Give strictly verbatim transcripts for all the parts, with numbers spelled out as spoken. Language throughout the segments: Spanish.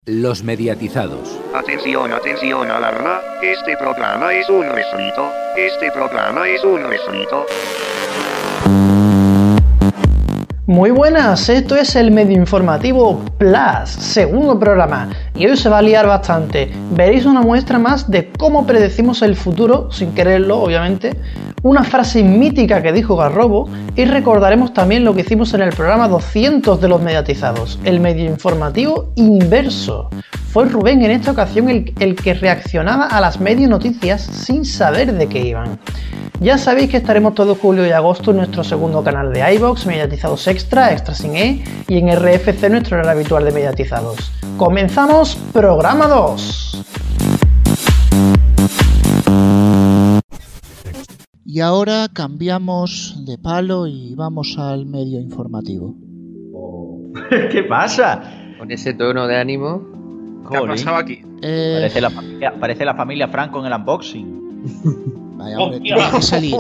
Los mediatizados. Atención, atención, alarma. Este programa es un refrito. Este programa es un refrito. Muy buenas, esto es el Medio Informativo Plus, segundo programa, y hoy se va a liar bastante. Veréis una muestra más de cómo predecimos el futuro, sin quererlo, obviamente, una frase mítica que dijo Garrobo, y recordaremos también lo que hicimos en el programa doscientos de los mediatizados, el Medio Informativo Inverso. Fue Rubén en esta ocasión el, el que reaccionaba a las medio noticias sin saber de qué iban. Ya sabéis que estaremos todo julio y agosto en nuestro segundo canal de iVoox, Mediatizados Extra, Extra sin E, y en R F C nuestro horario habitual de Mediatizados. ¡Comenzamos programa dos! Y ahora cambiamos de palo y vamos al medio informativo. ¿Qué pasa? Con ese tono de ánimo. ¿Qué ha pasado aquí? Eh... Parece, la familia, parece la familia Franco en el unboxing. Vaya, hombre, tiene que salir.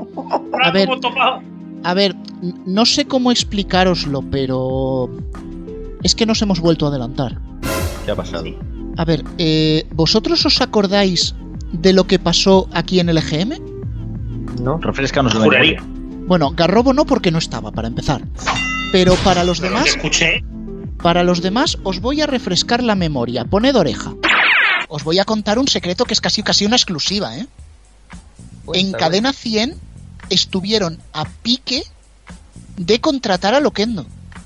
A ver, a ver, no sé cómo explicároslo, pero es que nos hemos vuelto a adelantar. ¿Qué ha pasado? A ver, eh, ¿vosotros os acordáis de lo que pasó aquí en el E G M? No, refrescanos la memoria. Bueno, Garrobo no, porque no estaba, para empezar. Pero para los demás, escuché. Para los demás os voy a refrescar la memoria. Poned oreja. Os voy a contar un secreto que es casi casi una exclusiva, ¿eh? Pues, en Cadena cien estuvieron a pique de contratar a Loquendo.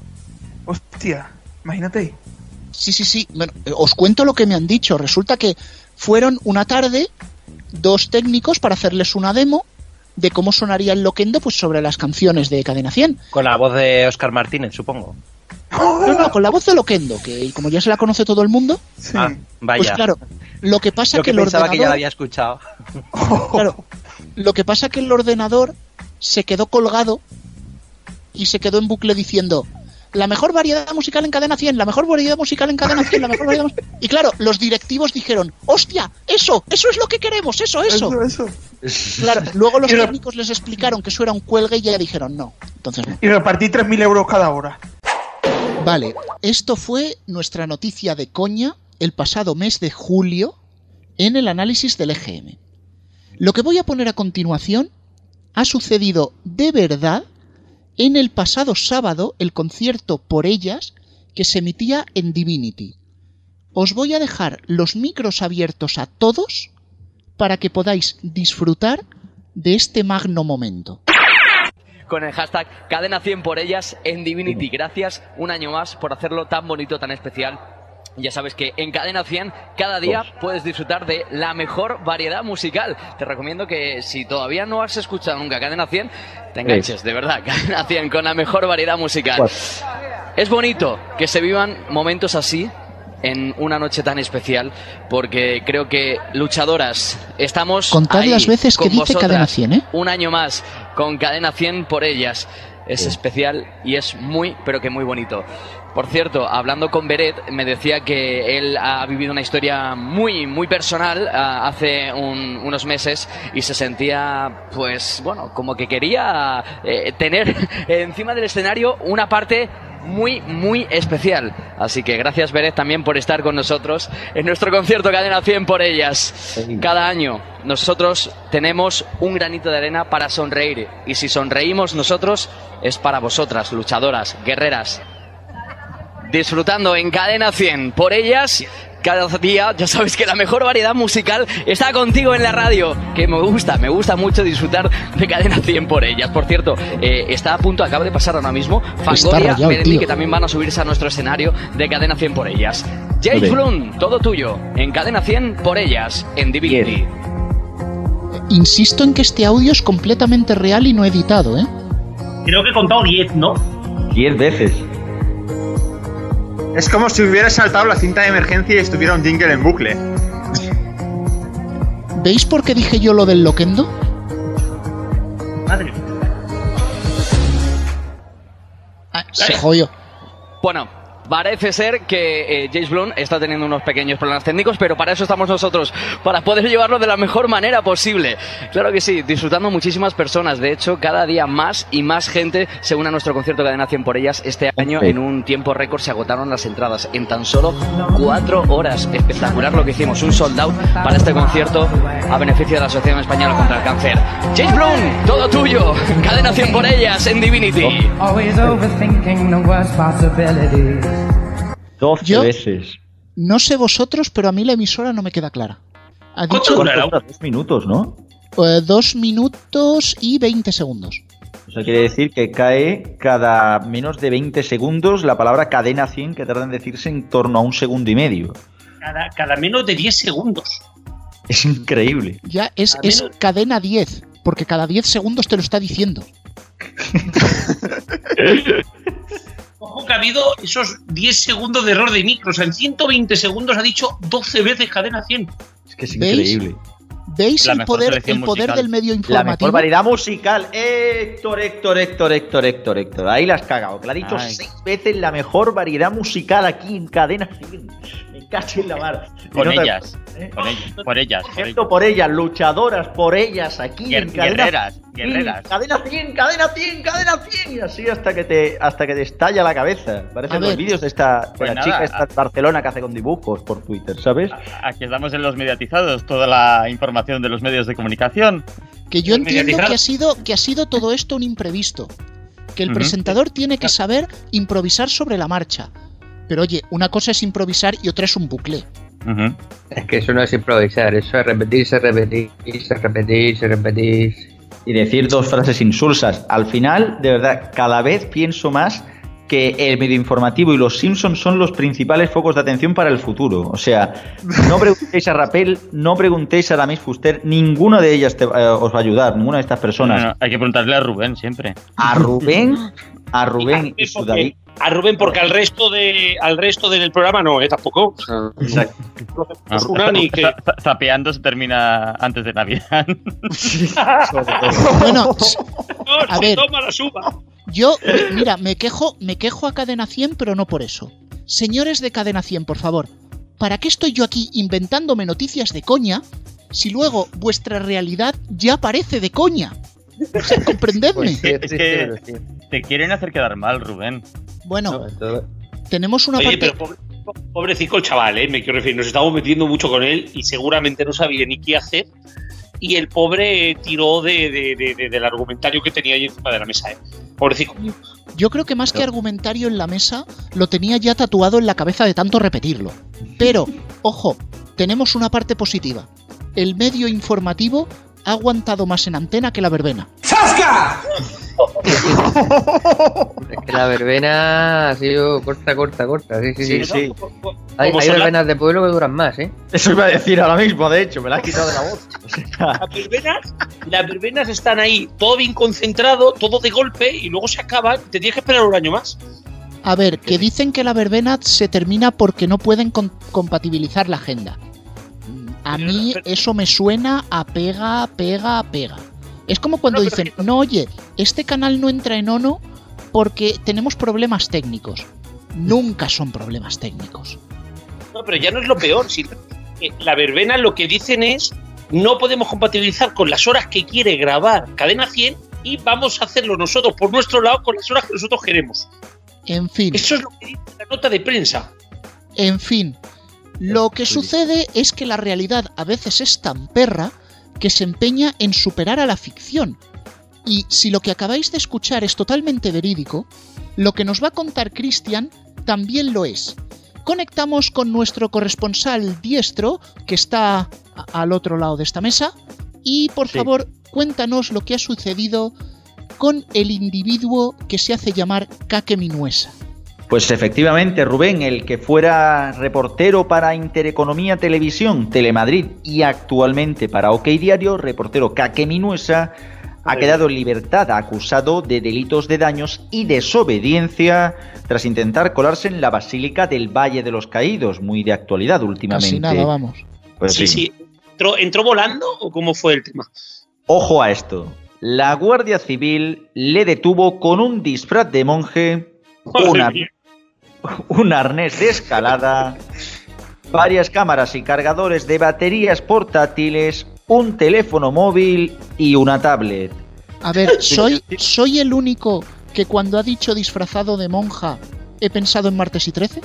Hostia, imagínate. Sí, sí, sí. Bueno, os cuento lo que me han dicho. Resulta que fueron una tarde dos técnicos para hacerles una demo de cómo sonaría el Loquendo pues sobre las canciones de Cadena cien. Con la voz de Óscar Martínez, supongo. No, no, con la voz de Loquendo, que como ya se la conoce todo el mundo. Sí. Ah, vaya. Pues claro, lo que pasa Yo que, que el pensaba ordenador... que ya la había escuchado. Claro, lo que pasa que el ordenador se quedó colgado y se quedó en bucle diciendo: la mejor variedad musical en Cadena cien, la mejor variedad musical en Cadena cien, la mejor variedad musical... Y claro, los directivos dijeron: hostia, eso, eso es lo que queremos, eso, eso. Eso, eso. Claro, luego los Y re- técnicos les explicaron que eso era un cuelgue y ya dijeron no. Entonces no. Y repartí tres mil euros cada hora. Vale, esto fue nuestra noticia de coña el pasado mes de julio en el análisis del E G M. Lo que voy a poner a continuación ha sucedido de verdad en el pasado sábado, el concierto Por Ellas, que se emitía en Divinity. Os voy a dejar los micros abiertos a todos para que podáis disfrutar de este magno momento. Con el hashtag Cadena cien por ellas en Divinity. Gracias un año más por hacerlo tan bonito, tan especial. Ya sabes que en Cadena cien cada día puedes disfrutar de la mejor variedad musical. Te recomiendo que si todavía no has escuchado nunca Cadena cien, te enganches, de verdad. Cadena cien con la mejor variedad musical. Es bonito que se vivan momentos así en una noche tan especial, porque creo que luchadoras estamos Contad ahí las veces que con dice vosotras. Cadena cien, ¿eh? Un año más con Cadena cien por ellas. Es especial y es muy, pero que muy bonito. Por cierto, hablando con Beret, me decía que él ha vivido una historia muy, muy personal uh, hace un, unos meses y se sentía, pues, bueno, como que quería eh, tener encima del escenario una parte muy, muy especial. Así que gracias, Beret, también por estar con nosotros en nuestro concierto Cadena cien por ellas. Cada año nosotros tenemos un granito de arena para sonreír, y si sonreímos nosotros es para vosotras, luchadoras, guerreras. Disfrutando en Cadena cien por ellas cada día. Ya sabes que la mejor variedad musical está contigo en la radio, que me gusta, me gusta mucho disfrutar de Cadena cien por ellas. Por cierto, eh, está a punto, acaba de pasar ahora mismo, Fangoria, Melendi, que también van a subirse a nuestro escenario de Cadena cien por ellas. James Blunt, todo tuyo, en Cadena cien por ellas, en Divinity. Insisto en que este audio es completamente real y no editado, ¿eh? Creo que he contado diez, ¿no? Diez veces. Es como si hubiera saltado la cinta de emergencia y estuviera un jingle en bucle. ¿Veis por qué dije yo lo del Loquendo? Madre. Ah, se jodió. Bueno, Parece ser que eh, James Blunt está teniendo unos pequeños problemas técnicos, pero para eso estamos nosotros, para poder llevarlo de la mejor manera posible. Claro que sí, disfrutando muchísimas personas. De hecho, cada día más y más gente se une a nuestro concierto Cadena cien por ellas. Este año, en un tiempo récord, se agotaron las entradas en tan solo cuatro horas. Espectacular lo que hicimos, un sold out para este concierto a beneficio de la Asociación Española contra el Cáncer. James Blunt, todo tuyo. Cadena cien por ellas en Divinity. doce Yo- veces. No sé vosotros, pero a mí la emisora no me queda clara. Ha ¿Cuánto dicho durará? Dos minutos, ¿no? eh, dos minutos y veinte segundos. O sea, quiere decir que cae cada menos de veinte segundos la palabra cadena cien, que tarda en decirse en torno a un segundo y medio. Cada, cada menos de diez segundos. Es increíble. Ya es, A es menos- cadena diez, porque cada diez segundos te lo está diciendo. Ojo que ha habido esos diez segundos de error de micro. O sea, en ciento veinte segundos ha dicho doce veces cadena cien. Es que es ¿Veis? increíble. ¿Veis La el mejor poder, selección el poder musical. del medio La informativo? mejor variedad musical. Héctor, Héctor, Héctor, Héctor, Héctor, Héctor. Ahí la has cagado. Que la ha dicho Ay. seis veces la mejor variedad musical aquí en Cadena cien. Me cacho en la mar. Con Y no te- ellas, ¿eh? por ellas, por ellas, por Ejemplo ellas. por ellas, luchadoras por ellas aquí Guer- en Cadena guerreras, cien, guerreras. Cadena cien, cadena cien, cadena cien. Y así hasta que te, hasta que te estalla la cabeza. A Parecen los ver. vídeos de esta de Pues la nada, chica esta a- de Barcelona que hace con dibujos por Twitter, ¿sabes? Aquí estamos en los mediatizados, toda la información de los medios de comunicación. Que yo entiendo Mediatizar. que ha sido que ha sido todo esto un imprevisto. Que el Ujú. presentador tiene que saber improvisar sobre la marcha. Pero oye, una cosa es improvisar y otra es un bucle. Ujú. Es que eso no es improvisar, eso es repetirse, repetirse, repetirse, repetirse. Y decir dos frases insulsas. Al final, de verdad, cada vez pienso más que el medio informativo y los Simpsons son los principales focos de atención para el futuro. O sea, no preguntéis a Rapel, no preguntéis a Aramis Fuster, ninguna de ellas te- eh, os va a ayudar, ninguna de estas personas. No, no, hay que preguntarle a Rubén siempre. A Rubén, a Rubén y su Porque- David. A Rubén, porque al resto de al resto del programa no, ¿eh? Tampoco. O sea, Exacto. no es una ni que. Za- za- Zapeando se termina antes de Navidad. Bueno, No, A se ver. toma la suba. yo, mira, me quejo, me quejo a Cadena cien, pero no por eso. Señores de Cadena cien, por favor, ¿para qué estoy yo aquí inventándome noticias de coña si luego vuestra realidad ya parece de coña? O sea, comprendedme. Pues sí, Es sí, sí, que- pero sí. Te quieren hacer quedar mal, Rubén. Bueno, No, todo- tenemos una Oye, parte... pero pobre- pobrecito el chaval, ¿eh? Me quiero decir, nos estamos metiendo mucho con él y seguramente no sabía ni qué hacer. Y el pobre tiró de, de- de- de- del argumentario que tenía ahí encima de la mesa, ¿eh? Pobrecito. Yo creo que más que argumentario en la mesa, lo tenía ya tatuado en la cabeza de tanto repetirlo. Pero, ojo, tenemos una parte positiva. El medio informativo ha aguantado más en antena que la verbena. Es que la verbena ha sido corta, corta, corta. Sí, sí, sí. Sí, sí. Hay, Como hay son la- verbenas de pueblo que duran más, ¿eh? Eso iba a decir ahora mismo, de hecho, me la has quitado de la voz. O sea, Las verbenas, las verbenas están ahí, todo bien concentrado, todo de golpe, y luego se acaban. Te tienes que esperar un año más. A ver, que dicen que la verbena se termina porque no pueden con- compatibilizar la agenda. A Pero- mí pero- eso me suena a pega, pega, pega. Es como cuando No, pero dicen, que- no, oye, este canal no entra en ONO porque tenemos problemas técnicos. Nunca son problemas técnicos. No, pero ya no es lo peor. Si eh, la verbena lo que dicen es no podemos compatibilizar con las horas que quiere grabar Cadena cien y vamos a hacerlo nosotros por nuestro lado con las horas que nosotros queremos. En fin, Eso es lo que dice la nota de prensa. en fin. Lo que sucede es que la realidad a veces es tan perra que se empeña en superar a la ficción. Y si lo que acabáis de escuchar es totalmente verídico, lo que nos va a contar Cristian también lo es. Conectamos con nuestro corresponsal diestro, que está a- al otro lado de esta mesa, y por Sí. favor, cuéntanos lo que ha sucedido con el individuo que se hace llamar Kake Minuesa. Pues efectivamente, Rubén, el que fuera reportero para Intereconomía Televisión, Telemadrid y actualmente para OK Diario, reportero Kake Minuesa, ha quedado en libertad acusado de delitos de daños y desobediencia tras intentar colarse en la Basílica del Valle de los Caídos, muy de actualidad últimamente. Casi nada, vamos. Pues sí, sí. ¿Entró, ¿Entró volando o cómo fue el tema? Ojo a esto. La Guardia Civil le detuvo con un disfraz de monje, Madre una, mía. un arnés de escalada, varias cámaras y cargadores de baterías portátiles, un teléfono móvil y una tablet. A ver, soy, soy el único que cuando ha dicho disfrazado de monja he pensado en Martes y trece.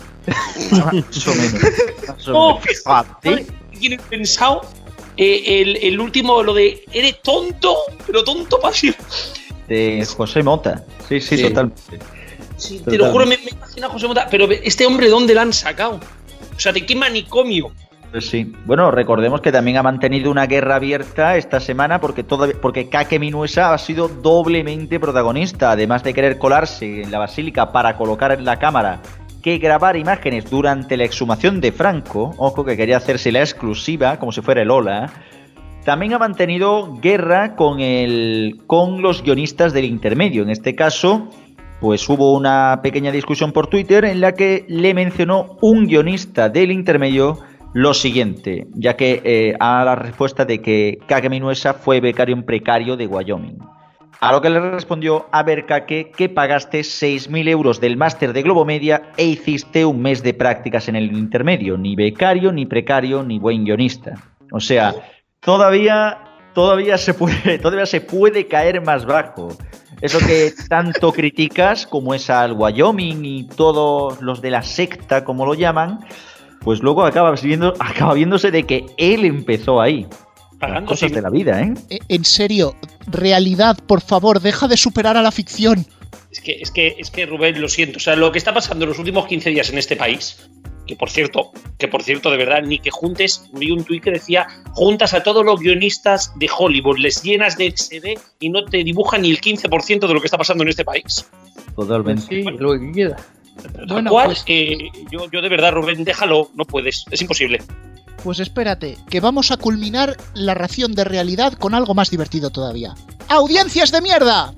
Más o menos. Más o No, menos. ¿sabes qué tiene pensado? Eh, el, el último, lo de eres tonto, pero tonto pasivo. De José Mota. Sí, sí, Sí. totalmente. Sí, te Totalmente. lo juro, me, me imagino a José Mota. Pero este hombre, ¿dónde lo han sacado? O sea, ¿de qué manicomio? Pues sí. Bueno, recordemos que también ha mantenido una guerra abierta esta semana porque todavía, porque Kake Minuesa ha sido doblemente protagonista, además de querer colarse en la basílica para colocar en la cámara que grabar imágenes durante la exhumación de Franco, ojo que quería hacerse la exclusiva como si fuera el Ola. También ha mantenido guerra con el con los guionistas del intermedio. En este caso, pues hubo una pequeña discusión por Twitter en la que le mencionó un guionista del intermedio lo siguiente, ya que eh, a la respuesta de que Kake Minuesa fue becario en precario de Wyoming. A lo que le respondió, a ver Kake, que pagaste seis mil euros del máster de Globomedia e hiciste un mes de prácticas en el intermedio, ni becario, ni precario, ni buen guionista. O sea, todavía, todavía se puede, todavía se puede caer más bajo. Eso que tanto criticas, como es al Wyoming y todos los de la secta, como lo llaman, pues luego acaba, viendo, acaba viéndose de que él empezó ahí. Las cosas de la vida, ¿eh? En serio, realidad, por favor, deja de superar a la ficción. Es que, es que, es que Rubén, lo siento. O sea, lo que está pasando en los últimos quince días en este país, que por cierto, que por cierto, de verdad, ni que juntes, vi un tuit que decía, juntas a todos los guionistas de Hollywood, les llenas de X D y no te dibujan ni el quince por ciento de lo que está pasando en este país. Totalmente. Sí, lo que queda. Tal Bueno, cual, pues- eh, yo, yo de verdad, Rubén, déjalo, no puedes, es imposible. Pues espérate, que vamos a culminar la ración de realidad con algo más divertido todavía. ¡Audiencias de mierda!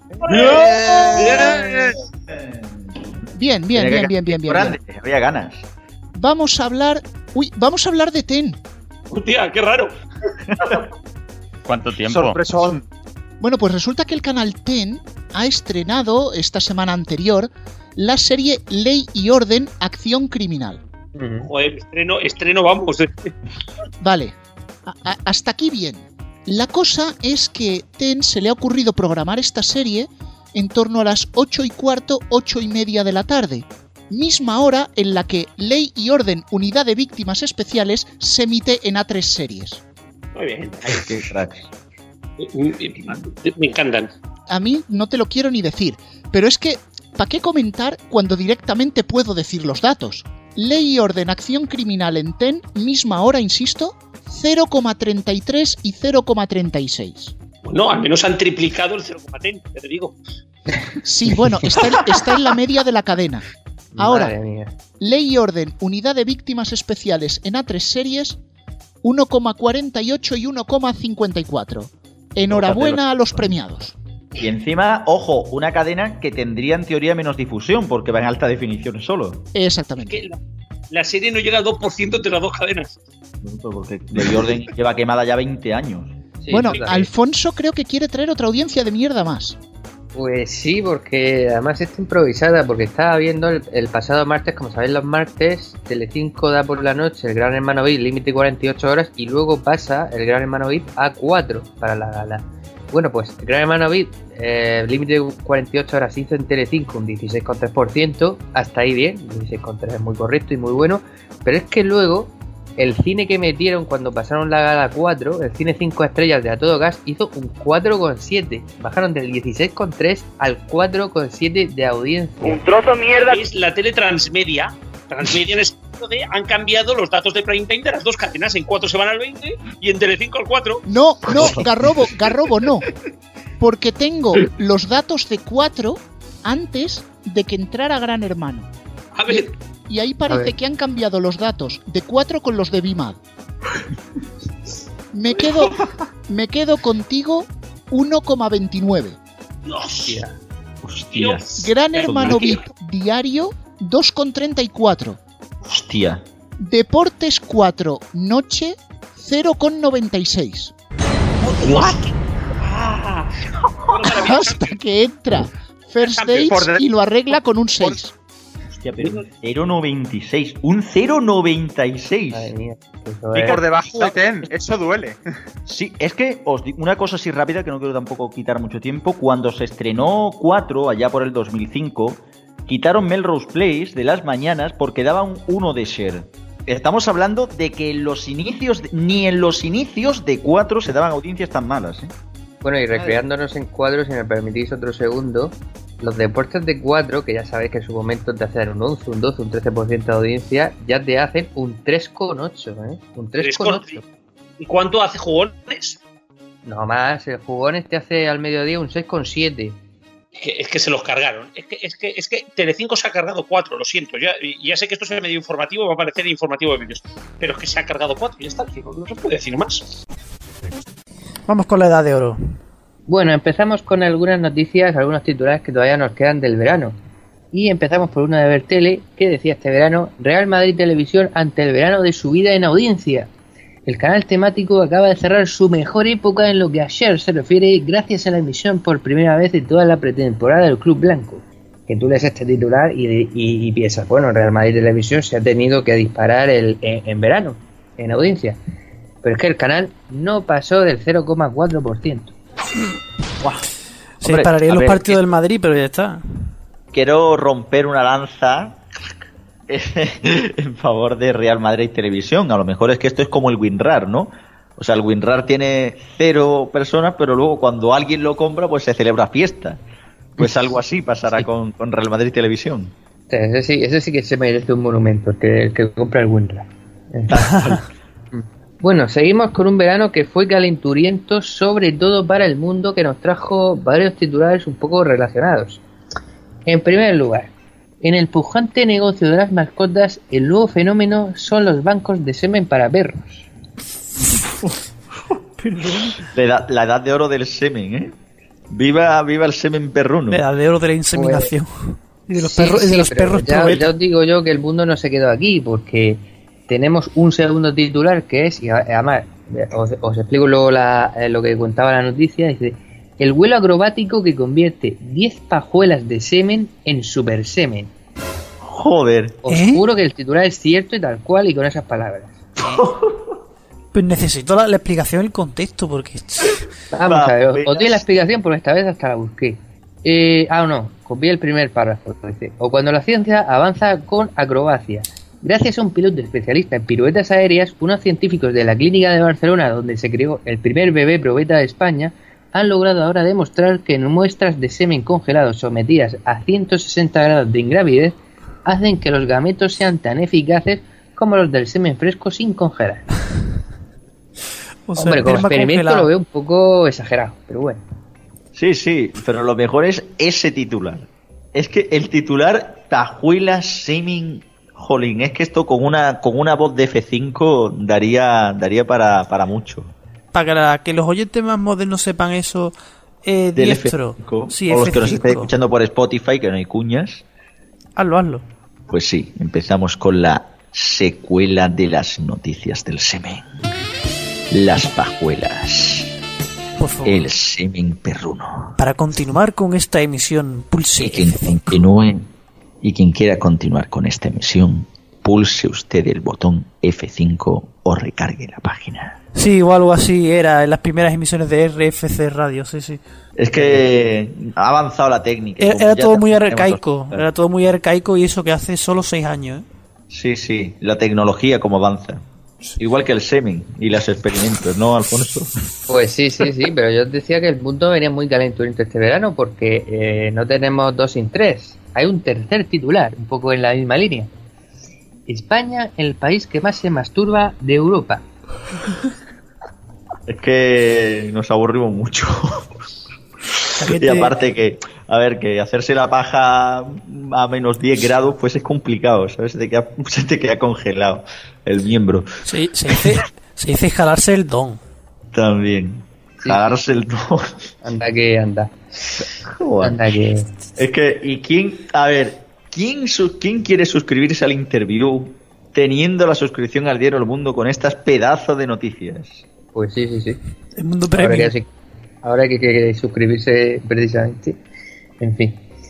Bien, bien, bien, bien, bien, bien, Grande, bien. había ganas. Vamos a hablar... Uy, vamos a hablar de Ten. Hostia, qué raro. ¿Cuánto tiempo? Sorpresón. Bueno, pues resulta que el canal Ten ha estrenado esta semana anterior la serie Ley y Orden, Acción Criminal. Joder, estreno, estreno, vamos. Vale, a- a- hasta aquí bien. La cosa es que Ten se le ha ocurrido programar esta serie en torno a las ocho y cuarto, ocho y media de la tarde, misma hora en la que Ley y Orden, Unidad de Víctimas Especiales, se emite en A tres Series. Muy bien. Qué cracks. Me encantan. A mí no te lo quiero ni decir, pero es que, ¿para qué comentar cuando directamente puedo decir los datos? Ley y Orden, Acción Criminal en Ten, misma hora, insisto, cero coma treinta y tres y cero coma treinta y seis. Bueno, al menos han triplicado el cero coma diez, ya te digo. Sí, bueno, está en, está en la media de la cadena. Ahora, Madre mía. Ley y Orden, Unidad de Víctimas Especiales en A tres Series, uno coma cuarenta y ocho y uno coma cincuenta y cuatro. Enhorabuena a los premiados. Y encima, ojo, una cadena que tendría en teoría menos difusión porque va en alta definición solo. Exactamente. Que la, la serie no llega al dos por ciento entre las dos cadenas. Porque Ley y Orden lleva quemada ya veinte años. Sí, Bueno, sí, también. Alfonso creo que quiere traer otra audiencia de mierda más. Pues sí, porque además está improvisada, porque estaba viendo el, el pasado martes, como sabéis los martes, Telecinco da por la noche el Gran Hermano V I P, límite cuarenta y ocho horas, y luego pasa el Gran Hermano V I P a cuatro para la gala. Bueno, pues el Gran Hermano V I P, eh, límite cuarenta y ocho horas, hizo en Telecinco un dieciséis coma tres por ciento, hasta ahí bien, dieciséis coma tres es muy correcto y muy bueno, pero es que luego el cine que metieron cuando pasaron la gala cuatro, el cine cinco estrellas de A Todo Gas, hizo un cuatro coma siete. Bajaron del dieciséis coma tres al cuatro coma siete de audiencia. Un trozo mierda. Es la tele transmedia. Transmedia en el sentido de han cambiado los datos de prime time de las dos cadenas. En cuatro se van al veinte y en Telecinco al cuatro. No, no, Garrobo, Garrobo no. Porque tengo los datos de cuatro antes de que entrara Gran Hermano. A ver, Y ahí A parece ver. que han cambiado los datos de cuatro con los de Bimad. Me quedo, me quedo contigo uno coma veintinueve. hostia. Hostia. Gran Eso, Hermano V I tranquilo. P diario dos coma treinta y cuatro. Hostia. Deportes cuatro noche cero coma noventa y seis. Ah. Bueno, maravilloso. Hasta que entra First Por Dates de- y lo arregla con un seis. Hostia, pero un cero coma noventa y seis. Un cero coma noventa y seis. Madre mía. Y por debajo de ten, eso duele. Sí, es que os digo una cosa así rápida que no quiero tampoco quitar mucho tiempo. Cuando se estrenó cuatro, allá por el dos mil cinco, quitaron Melrose Place de las mañanas porque daba un uno de share. Estamos hablando de que en los inicios, ni en los inicios de cuatro se daban audiencias tan malas, ¿eh? Bueno, y recreándonos en cuadros, si me permitís otro segundo, los deportes de cuatro, que ya sabéis que en su momento te hacen un once, un doce, un trece por ciento de audiencia, ya te hacen un tres coma ocho, ¿eh? Un tres coma ocho. ¿Y cuánto hace jugones? No más, el jugones te hace al mediodía un seis coma siete. Es que, es que se los cargaron. Es que, es que, es que Telecinco se ha cargado cuatro, lo siento. Ya, ya sé que esto es el medio informativo, va a parecer informativo de medios. Pero es que se ha cargado cuatro y ya está. No, no se puede decir más. Vamos con la edad de oro. Bueno, empezamos con algunas noticias, algunos titulares que todavía nos quedan del verano. Y empezamos por una de Bertele, que decía este verano: Real Madrid Televisión ante el verano de subida en audiencia. El canal temático acaba de cerrar su mejor época en lo que a share se refiere, gracias a la emisión por primera vez de toda la pretemporada del Club Blanco. Que tú lees este titular y, y, y piensas, bueno, Real Madrid Televisión se ha tenido que disparar el, en, en verano, en audiencia. Pero es que el canal no pasó del cero coma cuatro por ciento. Wow. Se dispararían los ver, partidos del Madrid, pero ya está. Quiero romper una lanza en favor de Real Madrid Televisión. A lo mejor es que esto es como el WinRAR, ¿no? O sea, el WinRAR tiene cero personas, pero luego cuando alguien lo compra, pues se celebra fiesta. Pues algo así pasará sí. con, con Real Madrid Televisión. Ese sí, ese sí que se merece un monumento, el que, el que compra el WinRAR. Bueno, seguimos con un verano que fue calenturiento, sobre todo para el mundo, que nos trajo varios titulares un poco relacionados. En primer lugar, en el pujante negocio de las mascotas, el nuevo fenómeno son los bancos de semen para perros. La edad, la edad de oro del semen, ¿eh? Viva, viva el semen perruno. La edad de oro de la inseminación. Pues, y de los sí, perros, sí, y de los pero perros ya, ya os digo yo que el mundo no se quedó aquí, porque tenemos un segundo titular que es, y además os, os explico luego la, lo que contaba la noticia, dice: el vuelo acrobático que convierte diez pajuelas de semen en super semen. Joder. Os ¿Eh? juro que el titular es cierto y tal cual y con esas palabras. Pues necesito la, la explicación, el contexto, porque... Vamos a ver, os, os doy la explicación porque esta vez hasta la busqué. Eh, ah, no, copié el primer párrafo. Dice: o cuando la ciencia avanza con acrobacia. Gracias a un piloto especialista en piruetas aéreas, unos científicos de la Clínica de Barcelona, donde se creó el primer bebé probeta de España, han logrado ahora demostrar que en muestras de semen congelado sometidas a ciento sesenta grados de ingravidez, hacen que los gametos sean tan eficaces como los del semen fresco sin congelar. O sea, hombre, como experimento congelado. Lo veo un poco exagerado, pero bueno. Sí, sí, pero lo mejor es ese titular. Es que el titular Tajuela Semen, jolín, es que esto con una con una voz de F cinco daría daría para, para mucho. Para que los oyentes más modernos sepan eso, eh, diestro. Sí, o los que nos estén escuchando por Spotify, que no hay cuñas. Hazlo, hazlo. Pues sí, empezamos con la secuela de las noticias del semen. Las pajuelas. Por favor. El semen perruno. Para continuar con esta emisión, pulse y quien continúe y quien quiera continuar con esta emisión, pulse usted el botón F cinco o recargue la página. Sí, o algo así era en las primeras emisiones de R F C Radio, sí, sí. Es que ha avanzado la técnica. Era, era todo muy arcaico, era todo muy arcaico y eso que hace solo seis años, ¿eh? Sí, sí, la tecnología como avanza. Igual que el semen y los experimentos, ¿no, Alfonso? Pues sí, sí, sí, pero yo decía que el mundo venía muy calenturiento este verano porque eh, no tenemos dos sin tres. Hay un tercer titular, un poco en la misma línea. España, el país que más se masturba de Europa. Es que nos aburrimos mucho. Y aparte que, a ver, que hacerse la paja a menos diez grados, pues es complicado, ¿sabes? Se te queda, se te queda congelado el miembro. Sí, se dice, se dice jalarse el don. También. Sí. Jalarse el don. Anda que anda. Joder. Anda que... Es que, ¿y quién? A ver, ¿quién, su, ¿quién quiere suscribirse al Interview teniendo la suscripción al Diario El Mundo con estas pedazos de noticias? Pues sí, sí, sí. El Mundo Premium. Ahora que, ahora que, que, que suscribirse precisamente. En fin.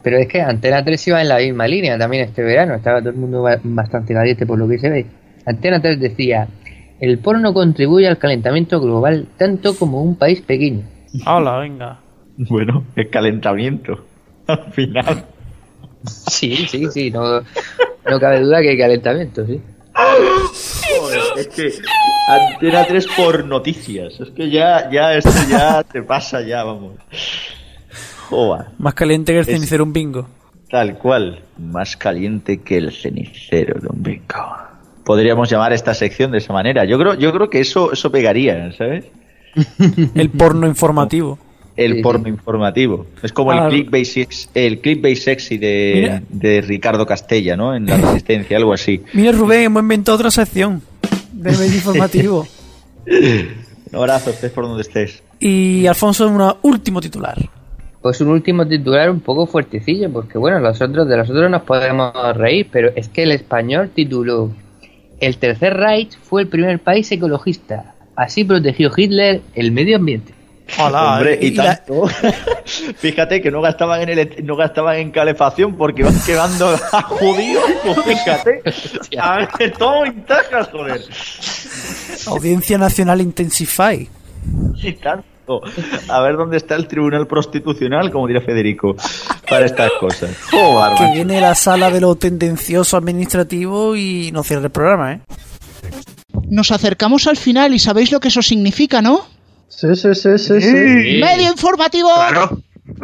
Pero es que Antena tres iba en la misma línea también este verano. Estaba todo el mundo bastante caliente por lo que se ve. Antena tres decía: el porno contribuye al calentamiento global tanto como un país pequeño. Hola, venga. Bueno, es calentamiento. Al final. Sí, sí, sí. No, no cabe duda que hay calentamiento, sí. Joder, es que Antena tres por noticias. Es que ya, ya esto ya te pasa ya, vamos. Joder. Más caliente que el Es- cenicero un bingo. Tal cual. Más caliente que el cenicero de un bingo. Podríamos llamar esta sección de esa manera. Yo creo, yo creo que eso, eso pegaría, ¿sabes? El porno informativo. El Sí, porno sí. informativo. Es como Ah, el clickbait sex- el clickbait sexy de, Mira. de Ricardo Castella, ¿no? En La Resistencia, algo así. Mira, Rubén, hemos inventado otra sección del medio informativo. Un abrazo, estés por donde estés. Y Alfonso, un último titular. Pues un último titular un poco fuertecillo, porque bueno, nosotros de nosotros nos podemos reír, pero es que el Español tituló: el Tercer Reich fue el primer país ecologista. Así protegió Hitler el medio ambiente. Hola, Hombre, y, y la- tanto. Fíjate que no gastaban en ele- no gastaban en calefacción porque iban quemando a judíos. Pues fíjate. A ver, todo intacas, joder. Audiencia Nacional Intensify. Y tanto. A ver dónde está el Tribunal Prostitucional, como dirá Federico, para estas cosas. Joder, Que macho. viene la sala de lo tendencioso administrativo y no cierra el programa, ¿eh? Nos acercamos al final y sabéis lo que eso significa, ¿no? Sí, sí, sí, sí, sí. Sí. ¡Medio informativo! Claro.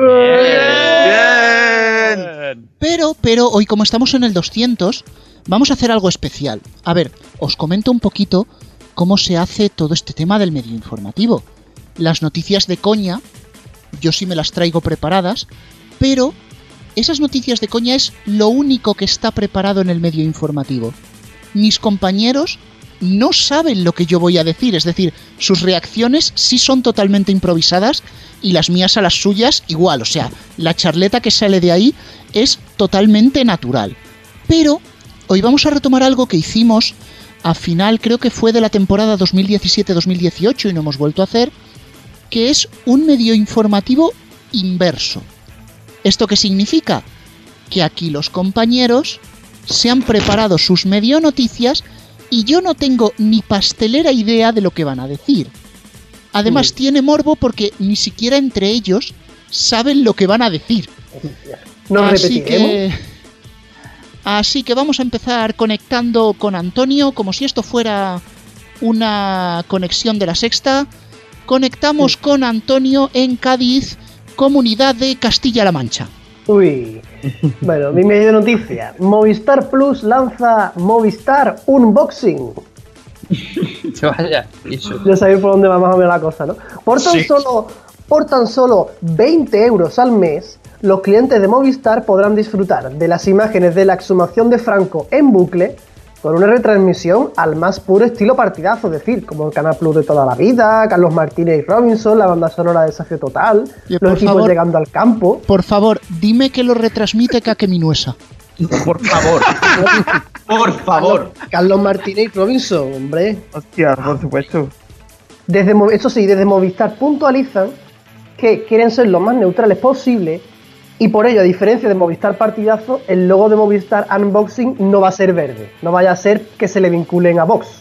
Bien. Pero, pero, hoy como estamos en el doscientos, vamos a hacer algo especial. A ver, os comento un poquito cómo se hace todo este tema del medio informativo. Las noticias de coña, yo sí me las traigo preparadas, pero esas noticias de coña es lo único que está preparado en el medio informativo. Mis compañeros no saben lo que yo voy a decir, es decir, sus reacciones sí son totalmente improvisadas y las mías a las suyas igual, o sea, la charleta que sale de ahí es totalmente natural. Pero hoy vamos a retomar algo que hicimos a final, creo que fue de la temporada dos mil diecisiete dos mil dieciocho y no hemos vuelto a hacer, que es un medio informativo inverso. ¿Esto qué significa? Que aquí los compañeros se han preparado sus medio noticias y yo no tengo ni pastelera idea de lo que van a decir. Además tiene morbo porque ni siquiera entre ellos saben lo que van a decir. Nos Así repetiremos. que... Así que vamos a empezar conectando con Antonio, como si esto fuera una conexión de la Sexta. Conectamos con Antonio en Cádiz, comunidad de Castilla-La Mancha. Uy. Bueno, mi medio noticia. Movistar Plus lanza Movistar Unboxing. Vaya, eso. Ya sabéis por dónde va más o menos la cosa, ¿no? Por tan Sí. solo, por tan solo veinte euros al mes, los clientes de Movistar podrán disfrutar de las imágenes de la exhumación de Franco en bucle, con una retransmisión al más puro estilo partidazo, es decir, como el Canal Plus de toda la vida, Carlos Martínez y Robinson, la banda sonora de Desafío Total, Oye, los por equipos favor. llegando al campo. Por favor, dime que lo retransmite Kake Minuesa. Por favor. Por favor. Carlos Martínez y Robinson, hombre. Hostia, por supuesto. Desde, Mo- eso sí, desde Movistar puntualizan que quieren ser lo más neutrales posible y por ello, a diferencia de Movistar Partidazo, el logo de Movistar Unboxing no va a ser verde. No vaya a ser que se le vinculen a Vox.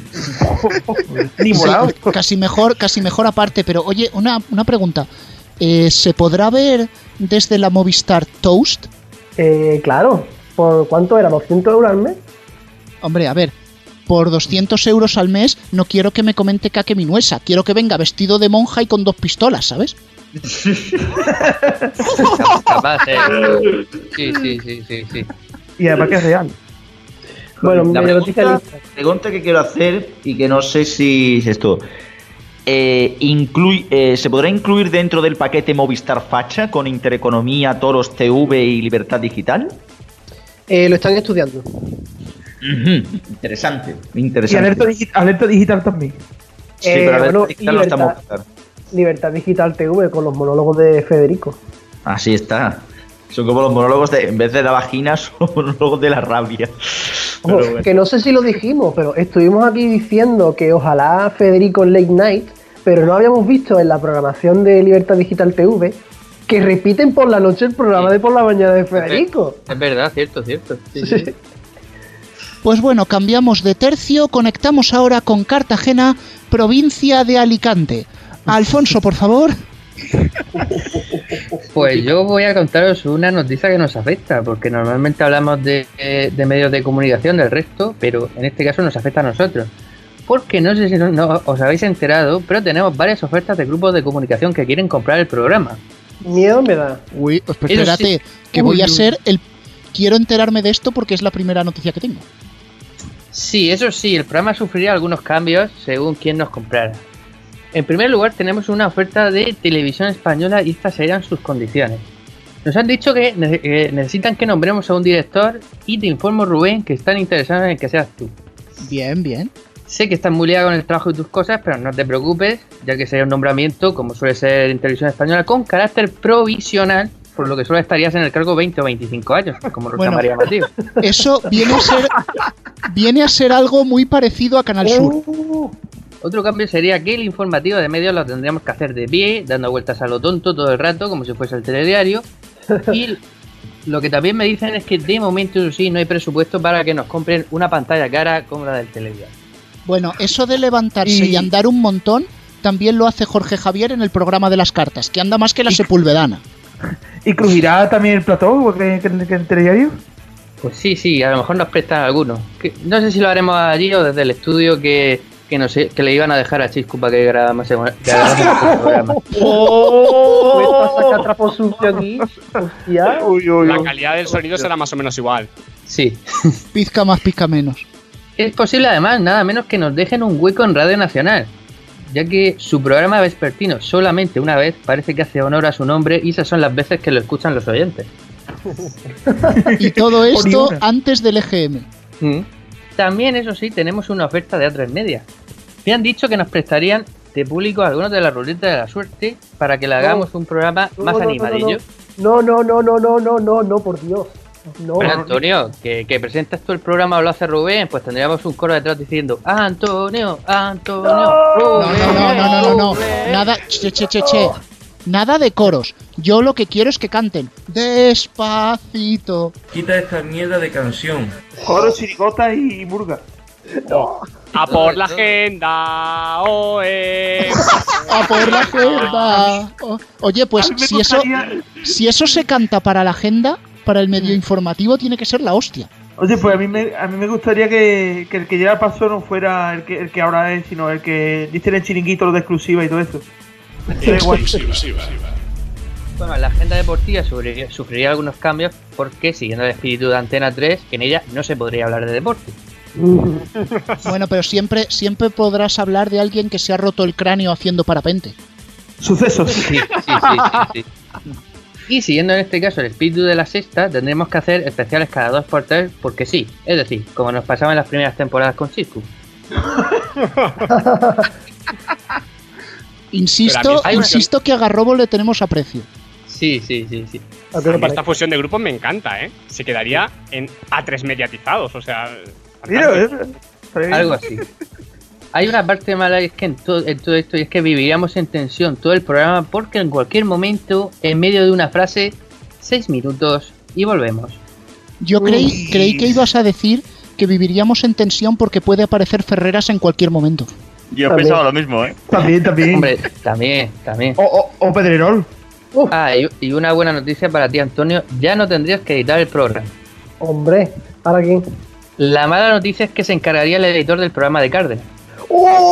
Ni Sí, morado. casi mejor, casi mejor aparte, pero oye, una, una pregunta. Eh, ¿Se podrá ver desde la Movistar Toast? Eh, claro, ¿por cuánto era? ¿doscientos euros al mes? Hombre, a ver, por doscientos euros al mes no quiero que me comente Kake Minuesa, quiero que venga vestido de monja y con dos pistolas, ¿sabes? Capaz, eh. Sí, sí, sí, sí, sí. Y además que es real. Bueno, La medio noticia pregunta, lista. pregunta que quiero hacer y que no sé si es esto. Eh, incluye, eh, ¿Se podrá incluir dentro del paquete Movistar Facha con Intereconomía, Toros T V y Libertad Digital? Eh, lo están estudiando. Ujú, Interesante, Y interesante. alerta, digi- alerta digital también. Sí, Eh, pero Alerta bueno, Digital no está Libertad. Movistar. Libertad Digital T V con los monólogos de Federico. Así está. Son como los monólogos de, en vez de la vagina, son los monólogos de la rabia. Ojo, Pero bueno. que no sé si lo dijimos, pero estuvimos aquí diciendo que ojalá Federico en Late Night, pero no habíamos visto en la programación de Libertad Digital T V que repiten por la noche el programa sí. de por la mañana de Federico. Es verdad, cierto, cierto. Sí, sí. Sí. Pues bueno, cambiamos de tercio, conectamos ahora con Cartagena, provincia de Alicante. Alfonso, por favor. Pues yo voy a contaros una noticia que nos afecta, porque normalmente hablamos de, de medios de comunicación del resto, pero en este caso nos afecta a nosotros. Porque no sé si no, no, os habéis enterado, pero tenemos varias ofertas de grupos de comunicación que quieren comprar el programa. Miedo me da. Uy, pues espérate, sí. que voy a ser el... Quiero enterarme de esto porque es la primera noticia que tengo. Sí, eso sí, el programa sufriría algunos cambios según quién nos comprara. En primer lugar, tenemos una oferta de Televisión Española y estas serían sus condiciones. Nos han dicho que ne- eh, necesitan que nombremos a un director y te informo, Rubén, que están interesados en que seas tú. Bien, bien. Sé que estás muy liado con el trabajo y tus cosas, pero no te preocupes, ya que sería un nombramiento, como suele ser en Televisión Española, con carácter provisional, por lo que solo estarías en el cargo veinte o veinticinco años, como lo bueno, llamaría Matías. Eso viene a ser viene a ser algo muy parecido a Canal Sur. Uh, otro cambio sería que el informativo de medios lo tendríamos que hacer de pie, dando vueltas a lo tonto todo el rato, como si fuese el telediario. Y lo que también me dicen es que de momento, eso sí, no hay presupuesto para que nos compren una pantalla cara como la del telediario. Bueno, eso de levantarse y... y andar un montón también lo hace Jorge Javier en el programa de las cartas, que anda más que la Sepulvedana. ¿Y crujirá también el plató que, que, que el telediario? Pues sí, sí, a lo mejor nos prestan algunos. Que, no sé si lo haremos allí o desde el estudio que, que, no sé, que le iban a dejar a Chiscu para que grabamos el programa. ¡Oh! ¿Puedes sacar sucio aquí? Hostia. Uy, uy, la calidad del sonido será más o menos igual. Sí. Pizca más, pizca menos. Es posible además, nada menos que nos dejen un hueco en Radio Nacional, ya que su programa vespertino solamente una vez parece que hace honor a su nombre y esas son las veces que lo escuchan los oyentes. Y todo esto antes del E G M. Mm. También, eso sí, tenemos una oferta de A tres Media. Me han dicho que nos prestarían de público algunos de la ruleta de la suerte para que le hagamos no, un programa no, más no, animadillo. No, no, no, no, no, no, no, no, por Dios. No, bueno, Antonio, que, que presentas tú el programa o lo hace Rubén, pues tendríamos un coro detrás diciendo Antonio, Antonio, no, Rubén, no, no, no, no, no, no, nada, che, che, che, che, nada de coros. Yo lo que quiero es que canten despacito. Quita esta mierda de canción. Coro, chirigota y murga. No. A por la agenda, oe. A por la agenda. O, oye, pues si gustaría... eso, si eso se canta para la agenda, para el medio informativo tiene que ser la hostia. Oye, pues a mí me, a mí me gustaría que, que el que llega al paso no fuera el que, el que ahora es, sino el que dice en el chiringuito lo de exclusiva y todo eso. Exclusiva. Bueno, la agenda deportiva sufriría, sufriría algunos cambios porque, siguiendo el espíritu de Antena tres, en ella no se podría hablar de deporte. Bueno, pero siempre, siempre podrás hablar de alguien que se ha roto el cráneo haciendo parapente. Sucesos. Sí, sí, sí, sí, sí. Y siguiendo en este caso el espíritu de la sexta, tendremos que hacer especiales cada dos por tres porque sí, es decir, como nos pasaba en las primeras temporadas con Chiscu. Insisto, insisto que a Garrobo le tenemos aprecio. Sí, sí, sí, sí. A mí esta fusión de grupos me encanta, ¿eh? Se quedaría en A tres mediatizados, o sea... Algo así. Hay una parte mala es que en todo, en todo esto y es que viviríamos en tensión todo el programa porque en cualquier momento, en medio de una frase, seis minutos y volvemos. Yo creí, creí que ibas a decir que viviríamos en tensión porque puede aparecer Ferreras en cualquier momento. Yo también pensaba lo mismo, ¿eh? También, también. Hombre, también, también. O, o, o Pedrerol. Uh. Ah, y, y una buena noticia para ti, Antonio. Ya no tendrías que editar el programa. Hombre, ¿para quién? La mala noticia es que se encargaría el editor del programa de Cárdenas. ¡Oh!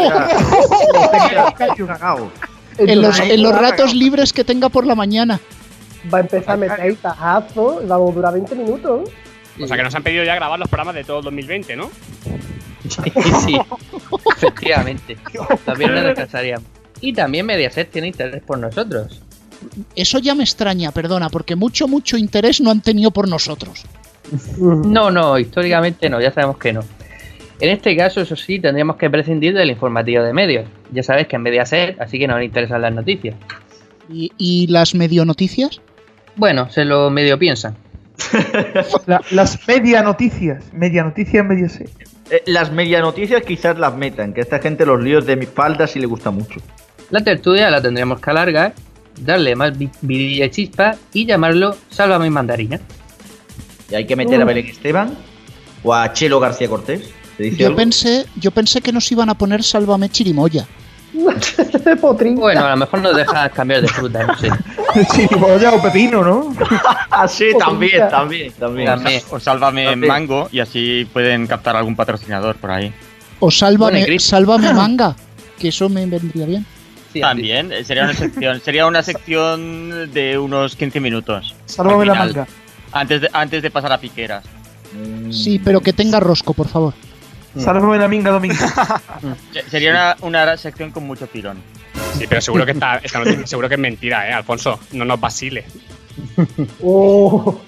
en, los, en los ratos libres que tenga por la mañana. Va a empezar a meter ahí tajazo. Vamos a durar veinte minutos. O sea que nos han pedido ya grabar los programas de todo el dos mil veinte, ¿no? Sí, sí. Efectivamente. También nos descansaríamos. Y también Mediaset tiene interés por nosotros. Eso ya me extraña, perdona, porque mucho, mucho interés no han tenido por nosotros. No, no, históricamente no, ya sabemos que no. En este caso, eso sí, tendríamos que prescindir del informativo de medios. Ya sabéis que en Mediaset, así que no nos interesan las noticias. ¿Y, y las medio noticias? Bueno, se lo medio piensan. La, las media noticias, media noticias, Mediaset. Eh, las media noticias quizás las metan, que a esta gente los líos de mi falda sí le gusta mucho. La tertulia la tendríamos que alargar, darle más vi- vidilla y chispa y llamarlo Sálvame Mandarina. Y hay que meter a Belén Esteban o a Chelo García Cortés. ¿Se dice Yo algo? pensé, yo pensé que nos iban a poner Sálvame Chirimoya. Bueno, a lo mejor nos dejas cambiar de fruta, no sé. Chirimoya o pepino, ¿no? Ah, sí, también, también, también. También. O sálvame También. mango y así pueden captar algún patrocinador por ahí. O Sálvame, Bueno, y Chris- Sálvame Manga, que eso me vendría bien. Sí, También, eh, sería una sección, sería una sección de unos quince minutos. Sálvame al la final, manga. Antes de, antes de pasar a piqueras. Sí, pero que tenga rosco, por favor. Sálvame la minga domingo. Se- Sería una, una sección con mucho tirón. Sí, pero seguro que está, esta noticia- seguro que es mentira, ¿eh, Alfonso? No nos vacile. Oh.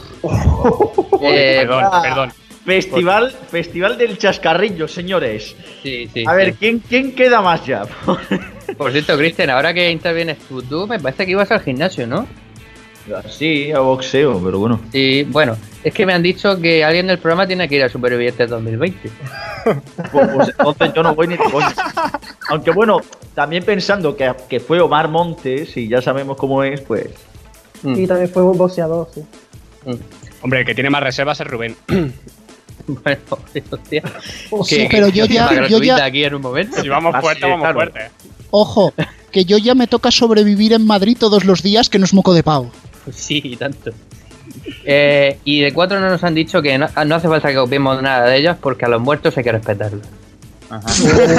Eh, Perdón, ah. perdón. Festival, Festival del Chascarrillo, señores. Sí, sí. A ver, sí. ¿quién, quién queda más ya? Por cierto, Cristian, ahora que intervienes tú, tú me parece que ibas al gimnasio, ¿no? Sí, a boxeo, pero bueno. Sí, bueno, es que me han dicho que alguien del programa tiene que ir a Supervivientes dos mil veinte. Pues, pues entonces yo no voy ni de coña. Aunque bueno, también pensando que, que fue Omar Montes y ya sabemos cómo es, pues. Mm. Y también fue un boxeador, sí. Hombre, el que tiene más reservas es Rubén. Bueno, hostia. Sí, pero yo ya, Para yo ya, aquí en un momento. Si vamos Ah, fuerte, sí, vamos claro. fuerte. ojo, que yo ya me toca sobrevivir en Madrid todos los días, que no es moco de pavo. Sí, y tanto. Eh, y de cuatro no nos han dicho que no, no hace falta que copiemos nada de ellos porque a los muertos hay que respetarlos. Ajá.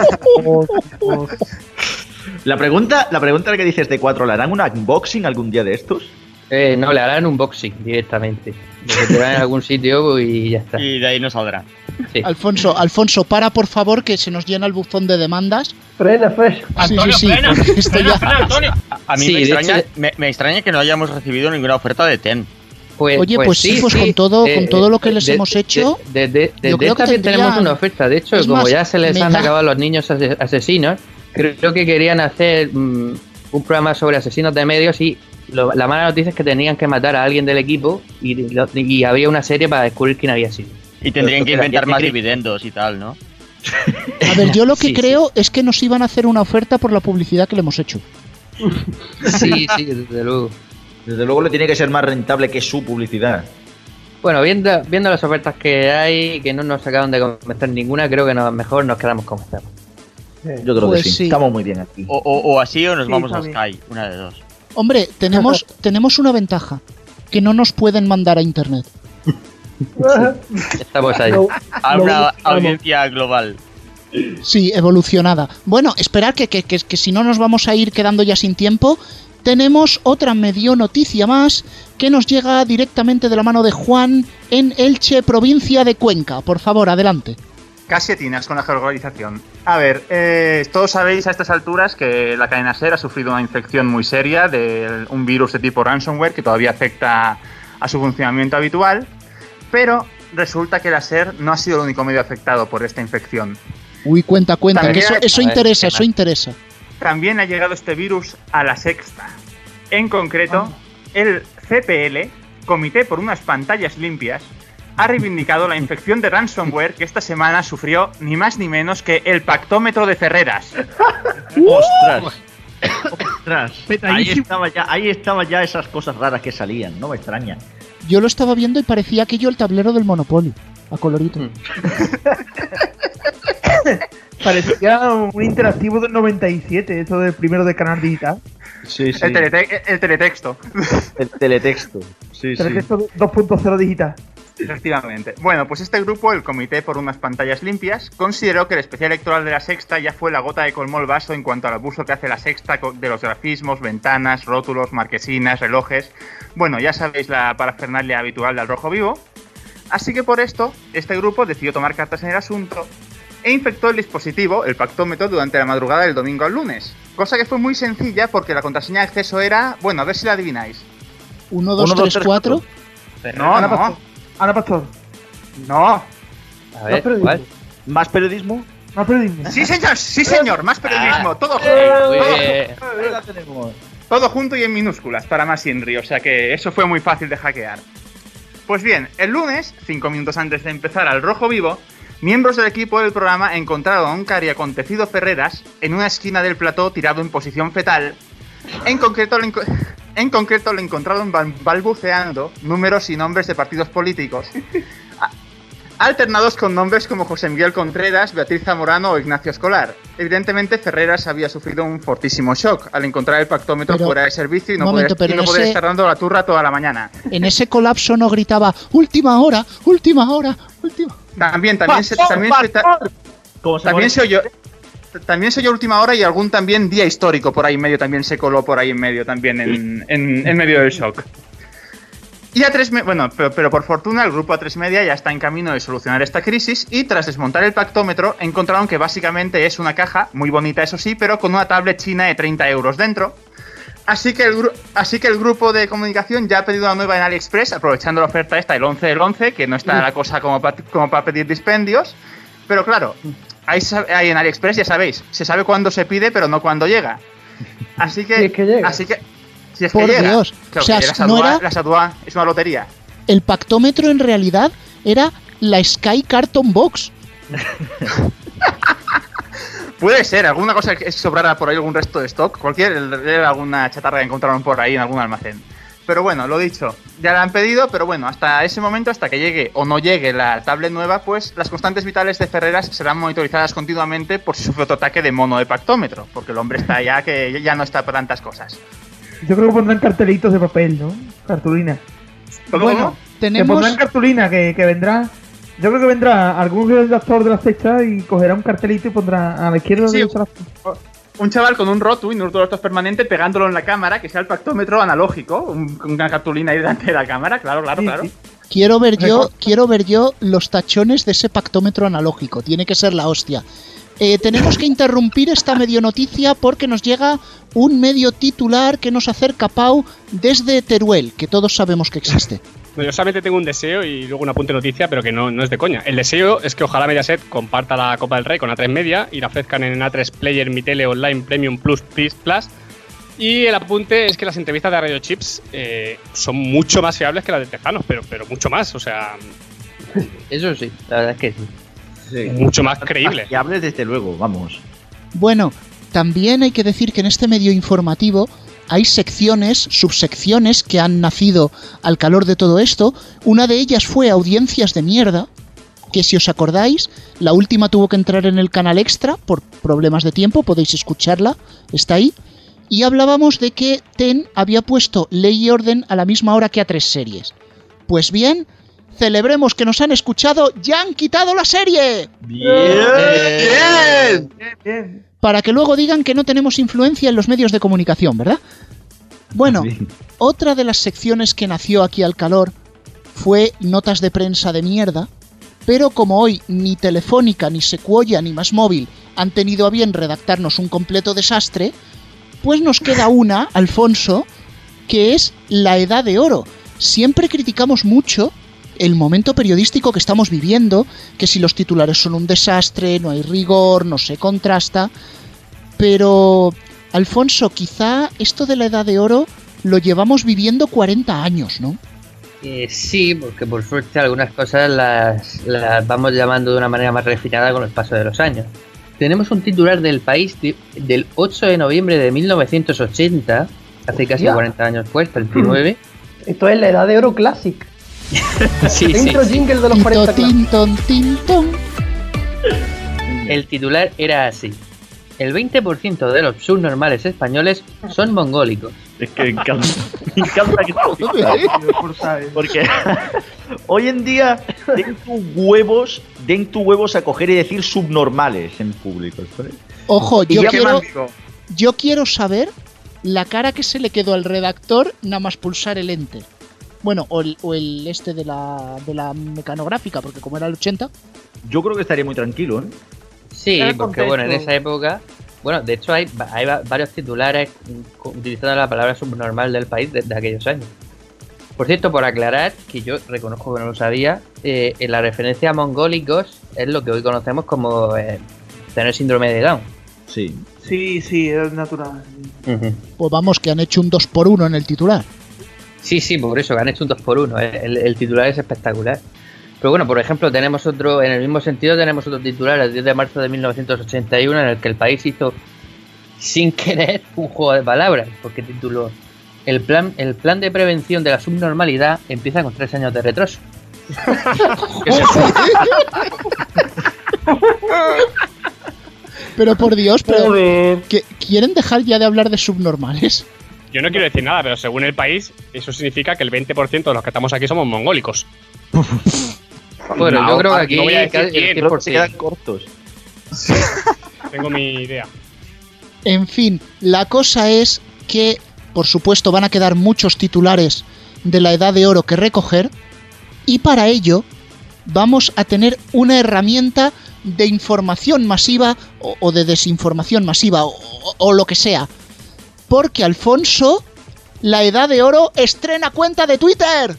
La pregunta, la pregunta que dices de cuatro, ¿la harán un unboxing algún día de estos? Eh, no, le harán un boxing directamente. Lo meterán en algún sitio y ya está. Y de ahí no saldrá. Sí. Alfonso, Alfonso, para por favor, que se nos llena el buzón de demandas. Frena, frena. Sí, sí, sí, porque esto ya... A, a mí Sí, me, de extraña, hecho- me, me extraña que no hayamos recibido ninguna oferta de Ten. Pues, Oye, pues sí, pues con todo- con todo lo que les hemos hecho, De, de, de, yo de creo que esta vez tenemos tendrían- una oferta. De hecho, Es como más, ya se les me han da- acabado los niños ase- asesinos, creo que querían hacer mm, un programa sobre asesinos de medios y lo- la mala noticia es que tenían que matar a alguien del equipo y, lo- y había una serie para descubrir quién había sido. Y tendrían que Era- inventar era- más dividendos y tal, ¿no? A ver, yo lo que Sí, creo es que nos iban a hacer una oferta por la publicidad que le hemos hecho. Sí, sí, desde luego. Desde luego le tiene que ser más rentable que su publicidad. Bueno, viendo, viendo las ofertas que hay, que no nos acaban de convencer ninguna, creo que nos, mejor nos quedamos como estamos. Yo creo Pues que sí. sí. Estamos muy bien aquí. O, o, o así o nos Sí, vamos a también. Sky, una de dos. Hombre, tenemos, tenemos una ventaja, que no nos pueden mandar a internet. Estamos ahí. No, A no, una vamos. audiencia global. Sí, evolucionada. Bueno, esperar que, que, que, que si no nos vamos a ir quedando ya sin tiempo, tenemos otra medio noticia más que nos llega directamente de la mano de Juan en Elche, provincia de Cuenca. Por favor, adelante. Casi atinas con la geolocalización. A ver, eh, todos sabéis a estas alturas que la cadena SER ha sufrido una infección muy seria de un virus de tipo ransomware que todavía afecta a su funcionamiento habitual, pero resulta que la SER no ha sido el único medio afectado por esta infección. Uy, cuenta, cuenta, que También eso, hay- eso a ver, interesa, ¿qué eso más? interesa. También ha llegado este virus a la Sexta. En concreto, el C P L, Comité por unas pantallas limpias, ha reivindicado la infección de ransomware que esta semana sufrió ni más ni menos que el pactómetro de Ferreras. ¡Ostras! ¡Ostras! Ahí Petadísimo. estaba, ya, ahí estaba ya esas cosas raras que salían, no me extraña. Yo lo estaba viendo y parecía aquello el tablero del Monopoly, a colorito. Mm. Parecía un interactivo del noventa y siete, eso del primero de Canal Digital. Sí, sí. El, telete- el teletexto. El teletexto. Sí, sí. Teletexto dos punto cero digital. Efectivamente. Bueno, pues este grupo, el Comité por unas pantallas limpias, consideró que el especial electoral de la Sexta ya fue la gota que colmó el vaso en cuanto al abuso que hace la Sexta co- de los grafismos, ventanas, rótulos, marquesinas, relojes. Bueno, ya sabéis la parafernalia habitual del Rojo Vivo. Así que por esto, este grupo decidió tomar cartas en el asunto e infectó el dispositivo, el pactómetro, durante la madrugada del domingo al lunes. Cosa que fue muy sencilla porque la contraseña de acceso era... Bueno, a ver si la adivináis. Uno, dos, Uno, dos, tres, tres, cuatro. No, Ana no, Pastor. Ana Pastor. no. A ver, No, pero- ¿cuál? ¿Más periodismo? No periodismo. Sí, señor, sí, señor, más periodismo, todo junto. Muy todo bien. Ahí la tenemos. Todo junto y en minúsculas, para más Inri, o sea que eso fue muy fácil de hackear. Pues bien, el lunes, cinco minutos antes de empezar al Rojo Vivo, miembros del equipo del programa encontraron a un cariacontecido Ferreras en una esquina del plató tirado en posición fetal, En concreto, le, en concreto le encontraron balbuceando números y nombres de partidos políticos, alternados con nombres como José Miguel Contreras, Beatriz Zamorano o Ignacio Escolar. Evidentemente, Ferreras había sufrido un fortísimo shock al encontrar el pactómetro pero, fuera de servicio y no momento, poder, y no poder ese, estar dando la turra toda la mañana. En ese colapso no gritaba última hora, última hora, última. También, también se, también se, ta, se también se oyó, también se oyó última hora y algún también día histórico por ahí en medio también se coló por ahí en medio también en, en, en medio del shock. Y A tres, bueno, pero, pero por fortuna el grupo A tres Media ya está en camino de solucionar esta crisis y tras desmontar el pactómetro encontraron que básicamente es una caja, muy bonita eso sí, pero con una tablet china de treinta euros dentro. Así que, el, así que el grupo de comunicación ya ha pedido una nueva en AliExpress, aprovechando la oferta esta del once del once, que no está la cosa como para como para pedir dispendios. Pero claro, ahí, ahí en AliExpress ya sabéis, se sabe cuándo se pide pero no cuándo llega. Así que... Sí, es que llega. Así que Si es Por que llega. Dios. Claro, o sea, que la no Sadua, era... la Sadua es una lotería. El pactómetro en realidad era la Sky Carton Box. Puede ser, alguna cosa que sobrara por ahí, algún resto de stock, cualquier, alguna chatarra que encontraron por ahí en algún almacén. Pero bueno, lo dicho, ya la han pedido, pero bueno, hasta ese momento, hasta que llegue o no llegue la tablet nueva, pues las constantes vitales de Ferreras serán monitorizadas continuamente por si sufre otro ataque de mono de pactómetro, porque el hombre está ya que ya no está para tantas cosas. Yo creo que pondrán cartelitos de papel, ¿no? Cartulina. Bueno, tenemos... Que pondrán cartulina, que, que vendrá... Yo creo que vendrá algún redactor de la sexta y cogerá un cartelito y pondrá a la izquierda... Sí, de la... un chaval con un rotu y un rotu de estos permanente pegándolo en la cámara, que sea el pactómetro analógico, un, una cartulina ahí delante de la cámara, claro, claro, Sí, claro. sí. Quiero ver yo, quiero ver yo los tachones de ese pactómetro analógico. Tiene que ser la hostia. Eh, tenemos que interrumpir esta medio noticia porque nos llega un medio titular que nos acerca Pau desde Teruel, que todos sabemos que existe. No, yo solamente tengo un deseo y luego una apunte noticia, pero que no, no es de coña. El deseo es que ojalá Mediaset comparta la Copa del Rey con A tres Media y la ofrezcan en A tres Player Mi Tele Online Premium Plus Plus. Y el apunte es que las entrevistas de Radio Chips eh, son mucho más fiables que las de Tezanos, pero, pero mucho más, o sea... Eso sí, la verdad es que sí. Sí. Mucho más creíble. Y hables desde luego, vamos. Bueno, también hay que decir que en este medio informativo hay secciones, subsecciones que han nacido al calor de todo esto. Una de ellas fue Audiencias de Mierda, que si os acordáis, la última tuvo que entrar en el canal extra por problemas de tiempo, podéis escucharla, está ahí. Y hablábamos de que Ten había puesto Ley y Orden a la misma hora que A tres Series. Pues bien, celebremos que nos han escuchado, ¡ya han quitado la serie! ¡Bien! Bien. Para que luego digan que no tenemos influencia en los medios de comunicación, ¿verdad? Bueno, Sí. otra de las secciones que nació aquí al calor fue Notas de Prensa de Mierda, pero como hoy ni Telefónica, ni Sequoia, ni Másmóvil han tenido a bien redactarnos un completo desastre, pues nos queda una, Alfonso, que es La Edad de Oro. Siempre criticamos mucho el momento periodístico que estamos viviendo, que si los titulares son un desastre, no hay rigor, no se contrasta, pero, Alfonso, quizá esto de la Edad de Oro lo llevamos viviendo cuarenta años, ¿no? Eh, sí, porque por suerte algunas cosas las, las vamos llamando de una manera más refinada con el paso de los años. Tenemos un titular del País de- del ocho de noviembre de mil novecientos ochenta, hace casi Hostia. cuarenta años pues, treinta y nueve. Esto es la Edad de Oro Classic. Sí, sí, Intro sí. jingle de los Tito, cuarenta Classic. tintón, tintón. El titular era así: el veinte por ciento de los subnormales españoles son mongólicos. Es que me encanta, me encanta que porque hoy en día den tus huevos, den tus huevos a coger y decir subnormales en público, ¿sabes? Ojo, Y yo ya que quiero, me digo, yo quiero saber la cara que se le quedó al redactor nada más pulsar el enter. Bueno, o el, o el este de la, de la mecanográfica, porque como era el ochenta... Yo creo que estaría muy tranquilo, ¿eh? Sí, Era porque bueno, en contexto. esa época, bueno, de hecho hay, va- hay va- varios titulares co- utilizando la palabra subnormal del país desde aquellos años. Por cierto, por aclarar, que yo reconozco que no lo sabía, eh, en la referencia a mongólicos es lo que hoy conocemos como eh, tener síndrome de Down. Sí. Sí, sí, es natural. Pues vamos, que han hecho un dos por uno en el titular. Sí, sí, por eso, que han hecho un dos por uno. eh, El, el titular es espectacular. Pero bueno, por ejemplo, tenemos otro, en el mismo sentido tenemos otro titular, el diez de marzo de mil novecientos ochenta y uno, en el que el país hizo sin querer un juego de palabras, porque tituló el plan, el plan de prevención de la subnormalidad empieza con tres años de retraso. Pero por Dios, pero ¿que ¿quieren dejar ya de hablar de subnormales? Yo no quiero decir nada, pero según el país, eso significa que el veinte por ciento de los que estamos aquí somos mongólicos. Bueno, no, yo creo que aquí no voy a decir el quién, cien por ciento. se quedan cortos. Tengo mi idea. En fin, la cosa es que, por supuesto, van a quedar muchos titulares de la Edad de Oro que recoger, y para ello vamos a tener una herramienta de información masiva o, o de desinformación masiva o, o, o lo que sea. Porque Alfonso, la Edad de Oro estrena cuenta de Twitter.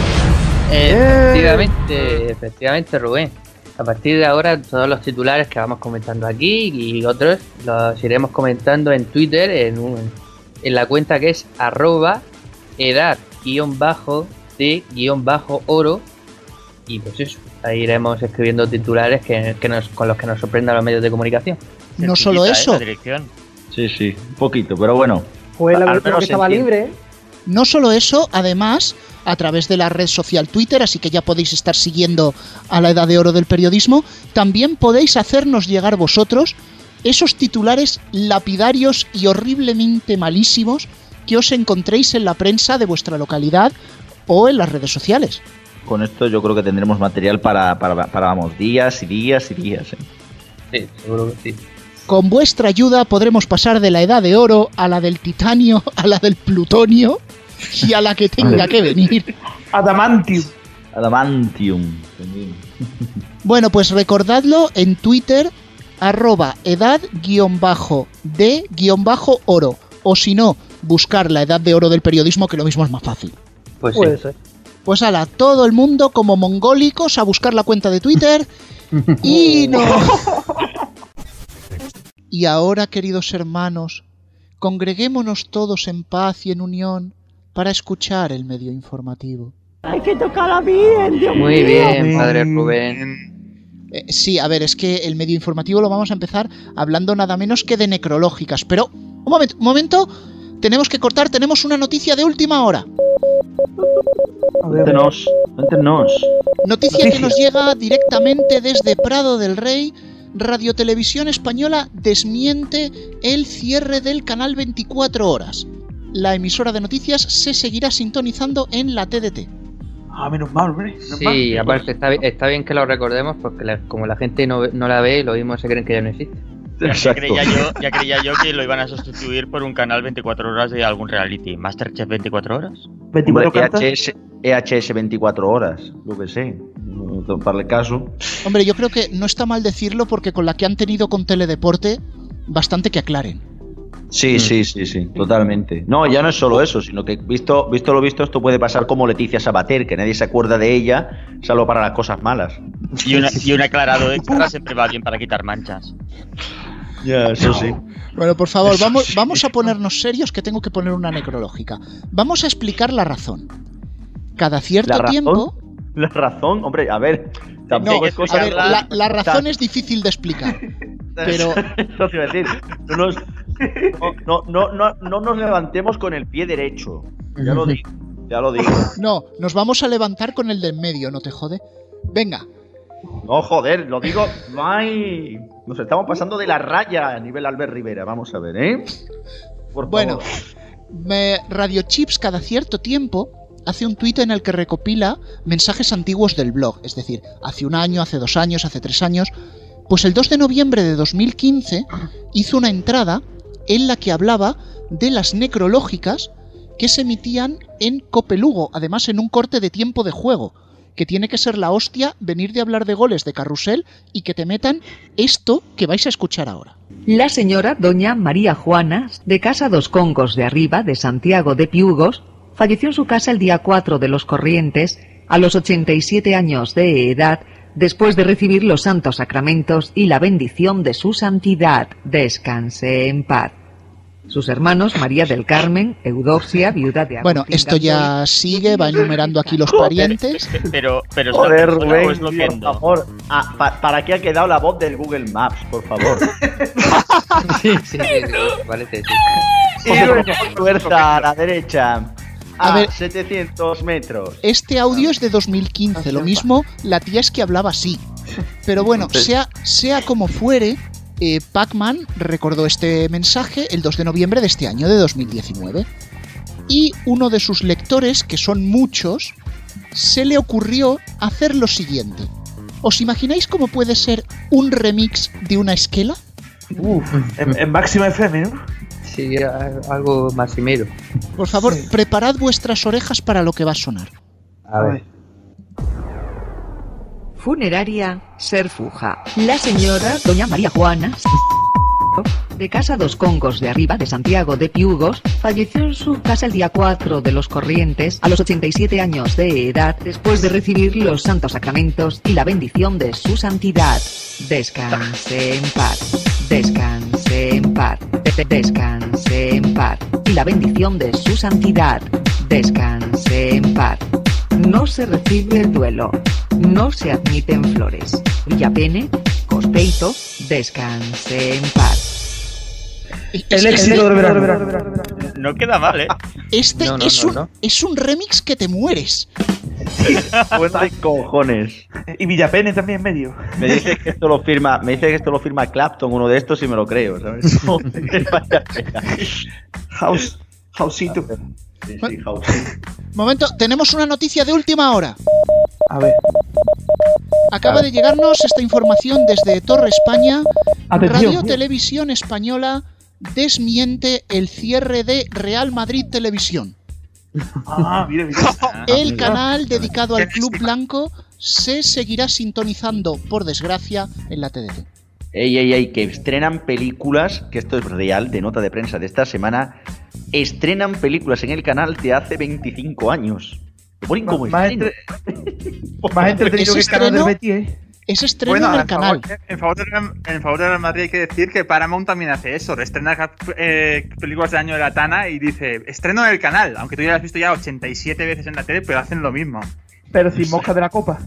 Efectivamente, efectivamente, Rubén. A partir de ahora, todos los titulares que vamos comentando aquí y otros los iremos comentando en Twitter, en, un, en la cuenta que es arroba edad guión bajo de guión bajo oro. Y pues eso, ahí iremos escribiendo titulares que, que nos, con los que nos sorprendan los medios de comunicación. No solo eso. Sí, sí, un poquito, pero bueno. Pues la versión que estaba libre. No solo eso, además, a través de la red social Twitter, así que ya podéis estar siguiendo a la Edad de Oro del periodismo, también podéis hacernos llegar vosotros esos titulares lapidarios y horriblemente malísimos que os encontréis en la prensa de vuestra localidad o en las redes sociales. Con esto yo creo que tendremos material para, para, para vamos, días y días y días. ¿eh? Sí, seguro que sí. Con vuestra ayuda podremos pasar de la Edad de Oro a la del titanio, a la del plutonio y a la que tenga que venir. Adamantium. Adamantium. Bueno, pues recordadlo en Twitter, arroba edad guión bajo de guión bajo oro. O si no, buscar la Edad de Oro del periodismo, que lo mismo es más fácil. Pues sí. Puede ser. Pues ala, todo el mundo como mongólicos a buscar la cuenta de Twitter y no... Y ahora, queridos hermanos, congreguémonos todos en paz y en unión para escuchar el medio informativo. Hay que tocarla bien, Dios mío. Muy bien, padre Rubén. Eh, sí, a ver, es que el medio informativo lo vamos a empezar hablando nada menos que de necrológicas. Pero, un momento, un momento, tenemos que cortar, tenemos una noticia de última hora. Cuéntenos, cuéntenos. Noticia, noticia que nos llega directamente desde Prado del Rey. Radio Televisión Española desmiente el cierre del canal veinticuatro horas. La emisora de noticias se seguirá sintonizando en la T D T. Ah, menos mal, hombre. Sí, mal. Aparte está, está bien que lo recordemos porque la, como la gente no, no la ve, lo mismo se creen que ya no existe. Ya, ya, creía yo, ya creía yo que lo iban a sustituir por un canal veinticuatro horas de algún reality. ¿Masterchef veinticuatro horas? veinticuatro cartas. E H S veinticuatro horas, lo que sé. Para el caso. Hombre, yo creo que no está mal decirlo porque con la que han tenido con Teledeporte, bastante que aclaren. Sí, mm. sí, sí, sí, totalmente. No, ya no es solo eso, sino que visto, visto lo visto, esto puede pasar como Leticia Sabater, que nadie se acuerda de ella, salvo para las cosas malas. Y, una, y un aclarado extra siempre va bien para quitar manchas. Ya, eso sí. Bueno, por favor, vamos, vamos a ponernos serios, que tengo que poner una necrológica. Vamos a explicar la razón. Cada cierto ¿La razón? tiempo... La razón, hombre, a ver... Tampoco no, es cosa a ver, la, la, la razón es difícil de explicar, pero... Eso te iba a decir. No nos, no, no, no, no nos levantemos con el pie derecho. Ya lo digo, ya lo digo. No, nos vamos a levantar con el de en medio, ¿no te jode? Venga. No, joder, lo digo... Ay, nos estamos pasando de la raya a nivel Albert Rivera, vamos a ver, ¿eh? Por bueno, me, Radio Chips cada cierto tiempo... hace un tuit en el que recopila mensajes antiguos del blog, es decir, hace un año, hace dos años, hace tres años. Pues el dos de noviembre de dos mil quince hizo una entrada en la que hablaba de las necrológicas que se emitían en Copelugo, además en un corte de tiempo de juego, que tiene que ser la hostia venir de hablar de goles de carrusel y que te metan esto que vais a escuchar ahora. La señora doña María Juana, de Casa Dos Congos de Arriba, de Santiago de Piugos, falleció en su casa el día cuatro de los Corrientes, a los ochenta y siete años de edad, después de recibir los santos sacramentos y la bendición de su santidad. Descanse en paz. Sus hermanos María del Carmen, Eudoxia, viuda de Bueno, Agustín esto ya sigue, va enumerando aquí los parientes. Pero, pero ¿es Joder, una persona o es Rubén, Loquendo? por favor. Ah, pa- ¿Para qué ha quedado la voz del Google Maps, por favor? Sí, sí, sí, sí, parece, sí. Sí, fuerza a la derecha. A A ver. setecientos metros. Este audio es de dos mil quince, lo mismo, la tía es que hablaba así. Pero bueno, sea, sea como fuere, eh, Pac-Man recordó este mensaje el dos de noviembre de este año, de dos mil diecinueve. Y uno de sus lectores, que son muchos, se le ocurrió hacer lo siguiente. ¿Os imagináis cómo puede ser un remix de una esquela? Uf, en, en máxima F M, ¿no? Sí, a- algo maximero. Por favor, preparad vuestras orejas para lo que va a sonar. A ver. Funeraria Serfuja. La señora doña María Juana, de Casa Dos Congos de Arriba de Santiago de Piugos, falleció en su casa el día cuatro de los Corrientes a los ochenta y siete años de edad después de recibir los santos sacramentos y la bendición de su santidad. Descanse en paz, descanse en paz, de- descanse en paz y la bendición de su santidad. Descanse en paz. No se recibe el duelo, no se admiten flores. Villapene, Cospeito, descanse en paz. El éxito del verano. No queda mal, ¿eh? Este No, no, es, no, un, no. es un remix que te mueres. Pues hay cojones. Y Villapene también en medio. Me dice que esto lo firma, me dice que esto lo firma Clapton, uno de estos, y me lo creo, ¿sabes? Vaya pena. House. Houseito. Sí, sí, House. Momento, tenemos una noticia de última hora. A ver. Acaba de llegarnos esta información desde Torre España. Atención. Radio Televisión Española desmiente el cierre de Real Madrid Televisión. Ah, mira, mira. El canal dedicado al Club Blanco se seguirá sintonizando, por desgracia, en la T D T. Ey, ey, ey, que estrenan películas, que esto es real, de nota de prensa de esta semana, estrenan películas en el canal de hace veinticinco años. Lo ponen como Más, estreno. entre... Más entretenido que el canal del Betis, ¿eh? Es estreno Bueno, en el en canal. favor, en, favor de, en favor de Real Madrid hay que decir que Paramount también hace eso, reestrena eh, películas de año de la Tana y dice, estreno en el canal, aunque tú ya lo has visto ya ochenta y siete veces en la tele, pero hacen lo mismo. Pero sin mosca de la copa.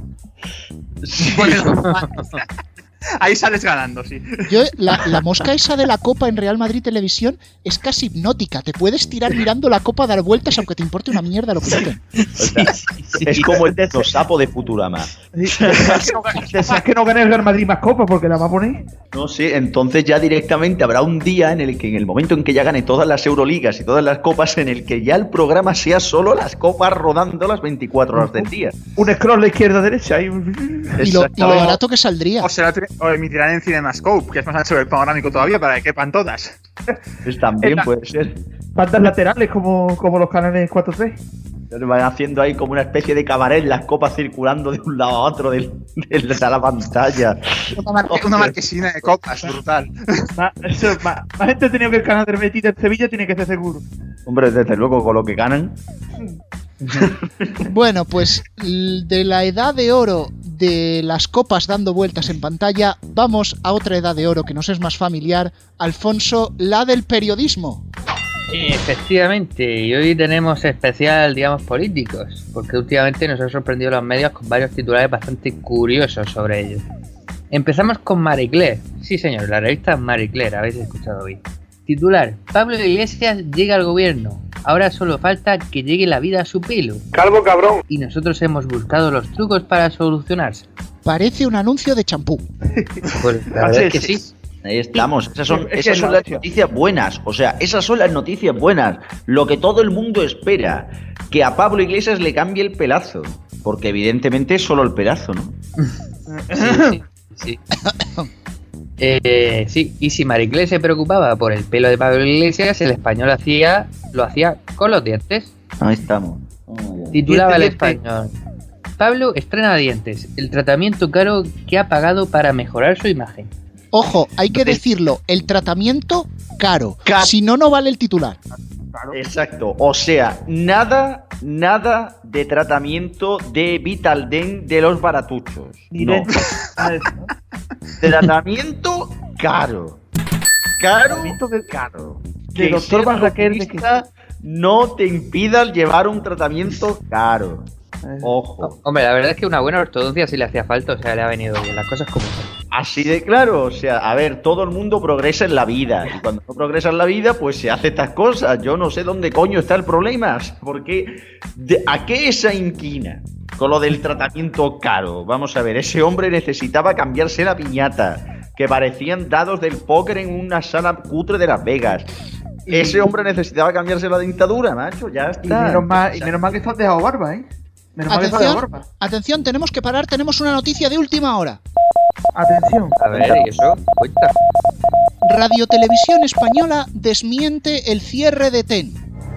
Bueno, ahí sales ganando, sí. Yo, la, la mosca esa de la copa en Real Madrid Televisión es casi hipnótica. Te puedes tirar mirando la copa, dar vueltas, aunque te importe una mierda lo que digan. O sea, es como el sapo de Futurama. ¿Sabes que no gane el Real Madrid más copas porque la va a poner? No sé, entonces ya directamente habrá un día en el que en el momento en que ya gane todas las Euroligas y todas las copas, en el que ya el programa sea solo las copas rodando las veinticuatro horas del día. Un scroll a la izquierda derecha y... Y lo, y lo barato que saldría. O, será, o emitirán en CinemaScope, que es más ancho del panorámico todavía, para que quepan todas. Pues también la- puede ser. Bandas laterales como, como los canales cuatro tres. Van haciendo ahí como una especie de cabaret, las copas circulando de un lado a otro del, del- de la pantalla. Una, mar- una marquesina de copas, brutal. Más, eso, más, más entretenido que el canal del Betis en Sevilla tiene que ser seguro. Hombre, desde luego, con lo que ganan. Bueno, pues l- de la edad de oro de las copas dando vueltas en pantalla, vamos a otra edad de oro que nos es más familiar. Alfonso, la del periodismo. Efectivamente, y hoy tenemos especial, digamos, políticos, porque últimamente nos han sorprendido los medios con varios titulares bastante curiosos sobre ellos. Empezamos con Marie Claire. Sí, señor, la revista Marie Claire, habéis escuchado bien. Titular: Pablo Iglesias llega al gobierno. Ahora solo falta que llegue la vida a su pelo. Calvo cabrón. Y nosotros hemos buscado los trucos para solucionarse. Parece un anuncio de champú. Pues la verdad es que sí. Ahí estamos. Esas son, Es que esas son no, las tío. noticias buenas. O sea, esas son las noticias buenas. Lo que todo el mundo espera. Que a Pablo Iglesias le cambie el pelazo. Porque evidentemente es solo el pelazo, ¿no? Sí, sí, sí. Eh, sí, y si Marie Claire se preocupaba por el pelo de Pablo Iglesias, el español hacía lo hacía con los dientes. Ahí estamos. Titulaba el Diente, diente. español: Pablo estrena dientes, el tratamiento caro que ha pagado para mejorar su imagen. Ojo, hay que decirlo, el tratamiento caro. Caro. Si no, no vale el titular. Exacto. O sea, nada, nada de tratamiento de Vitaldent de los baratuchos. Ni No. de- nada de eso, ¿no? Tratamiento caro. Caro, Tratamiento de- caro. que doctor ser Barraquer, de oculista no te impidas llevar un tratamiento caro. Ojo. Hombre, la verdad es que una buena ortodoncia sí le hacía falta, o sea, le ha venido bien las cosas como son. Así de claro, o sea, a ver, todo el mundo progresa en la vida. Y cuando no progresa en la vida, pues se hace estas cosas. Yo no sé dónde coño está el problema. ¿Por qué? De, ¿A qué esa inquina? Con lo del tratamiento caro. Vamos a ver, ese hombre necesitaba cambiarse la piñata, que parecían dados del póker en una sala cutre de Las Vegas. Ese hombre necesitaba cambiarse la dentadura, macho, ya está. Y menos mal, y menos mal que estás dejado barba, ¿eh? Menos mal que estás dejado Atención, barba. atención, tenemos que parar, tenemos una noticia de última hora. Atención. A ver, ¿y eso? Cuenta. Radio Televisión Española desmiente el cierre de T E N.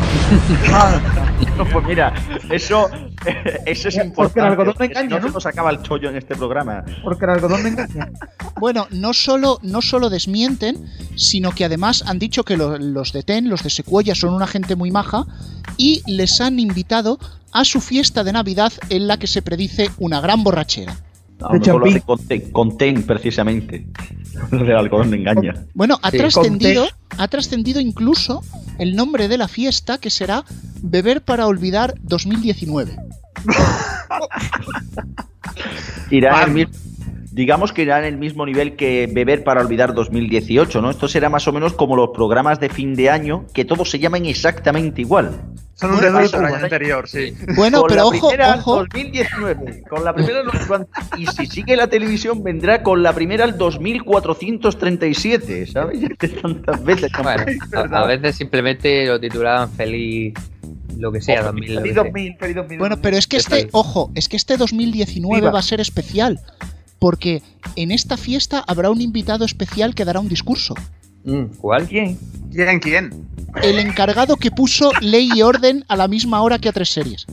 Pues mira, eso, eso es Porque importante. el algodón me porque si engaña, no, ¿no? se nos acaba el chollo en este programa. Porque el algodón me engaña. Bueno, no solo, no solo desmienten, sino que además han dicho que lo- los de T E N, los de Secuoya, son una gente muy maja y les han invitado a su fiesta de Navidad en la que se predice una gran borrachera. A lo mejor lo hace con Ten, con Ten, precisamente. Lo del algodón me engaña. Bueno, ha Sí. trascendido, ha trascendido incluso el nombre de la fiesta, que será Beber para Olvidar dos mil diecinueve. Irá en el mismo, digamos que irá en el mismo nivel que Beber para Olvidar dos mil dieciocho, ¿no? Esto será más o menos como los programas de fin de año, que todos se llaman exactamente igual. Son un Bueno, dedo eso, del año ¿eh? anterior, sí. Bueno, Con pero la ojo, primera, ojo. dos mil diecinueve. Con la primera, no sé cuánto. Y si sigue la televisión, vendrá con la primera el dos mil cuatrocientos treinta y siete, ¿sabes? Ya de tantas veces. Bueno, a, a veces simplemente lo titulaban feliz, lo que sea, dos mil. Feliz dos mil, feliz dos mil. Bueno, pero es que este, ojo, es que este dos mil diecinueve Viva. va a ser especial, porque en esta fiesta habrá un invitado especial que dará un discurso. ¿Cuál? ¿Quién? ¿Quién? ¿Quién? El encargado que puso Ley y Orden a la misma hora que a tres series.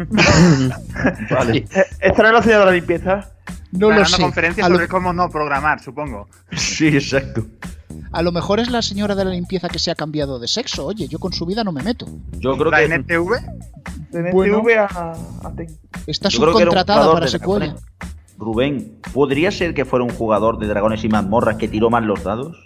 Vale. ¿Estará la señora de la limpieza? No Dará lo una sé. conferencia A lo, sobre cómo no programar, supongo. Sí, exacto. a lo mejor es la señora de la limpieza que se ha cambiado de sexo. Oye, yo con su vida no me meto. Yo creo ¿La que N T V? De N T V Bueno. a, a Ten. Está Yo creo que era un subcontratada jugador para de Secuoya. Dragones. Rubén, ¿podría ser que fuera un jugador de Dragones y Mazmorras que tiró mal los dados?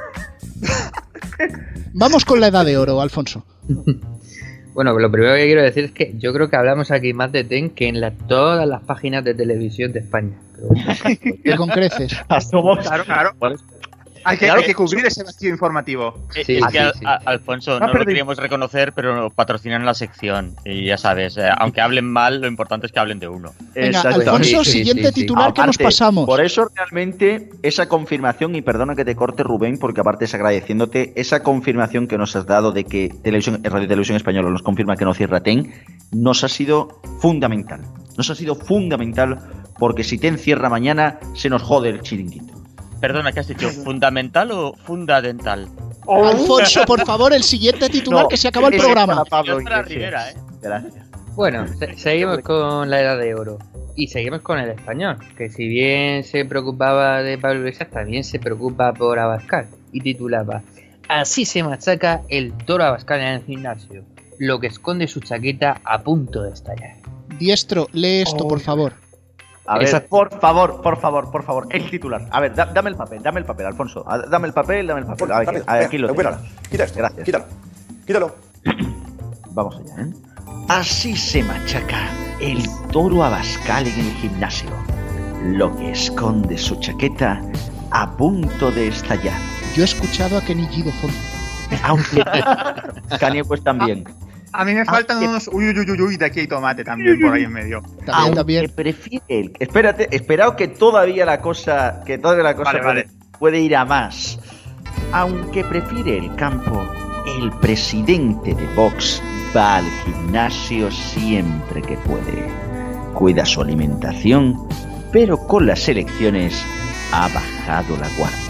Vamos con la edad de oro, Alfonso. Bueno, lo primero que quiero decir es que yo creo que hablamos aquí más de T E N que en la- todas las páginas de televisión de España. Pero- Y con creces. Claro, claro. Hay que, Claro hay que que- cubrir ese vacío informativo. Eh, Sí, es sí, que, a- sí. a- Alfonso, Ah, no lo perdí. queríamos reconocer, pero nos patrocinan la sección. Y ya sabes, eh, aunque hablen mal, lo importante es que hablen de uno. Venga, Exactamente. Alfonso, Sí, sí, siguiente sí, sí. titular que nos Aparte, pasamos. Por eso realmente esa confirmación, y perdona que te corte Rubén, porque aparte es agradeciéndote, esa confirmación que nos has dado de que televisión, Radio Televisión Española nos confirma que no cierra T E N, nos ha sido fundamental. Nos ha sido fundamental porque si T E N cierra mañana, se nos jode el chiringuito. Perdona, ¿qué has dicho? ¿Fundamental o fundadental? Alfonso, por favor, el siguiente titular No, que se acaba el ese programa. para Pablo Otra Iglesias. Rivera, ¿eh? Gracias. Bueno, se- seguimos con la edad de oro. Y seguimos con el español, que si bien se preocupaba de Pablo Iglesias, también se preocupa por Abascal. Y titulaba: Así se machaca el toro Abascal en el gimnasio, lo que esconde su chaqueta a punto de estallar. Diestro, lee esto, por favor. A ver, Exacto. por favor, por favor, por favor, el titular. A ver, da- dame el papel, dame el papel, Alfonso. A- Dame el papel, dame el papel. A ver, Dame, a ver, aquí lo venga, tengo. quita, Gracias. quítalo, quítalo. Vamos allá, ¿eh? Así se machaca el toro Abascal en el gimnasio, lo que esconde su chaqueta a punto de estallar. Yo he escuchado a Kenny G de fondo. Aunque Kanye West también. A mí me faltan unos uy, uy, uy, uy, de aquí hay tomate también por ahí en medio. También, Aunque también. prefiere el- Espérate, esperaos que todavía la cosa, que todavía la cosa Vale, puede, vale. puede ir a más. Aunque prefiere el campo, el presidente de Vox va al gimnasio siempre que puede. Cuida su alimentación, pero con las elecciones ha bajado la guardia.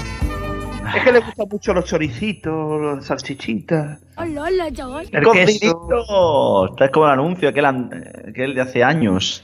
Es que le gustan mucho los choricitos, los salchichitas. Hola, hola, chaval. El queso. ¡Cocidito! Está es como el anuncio aquel, an- aquel de hace años.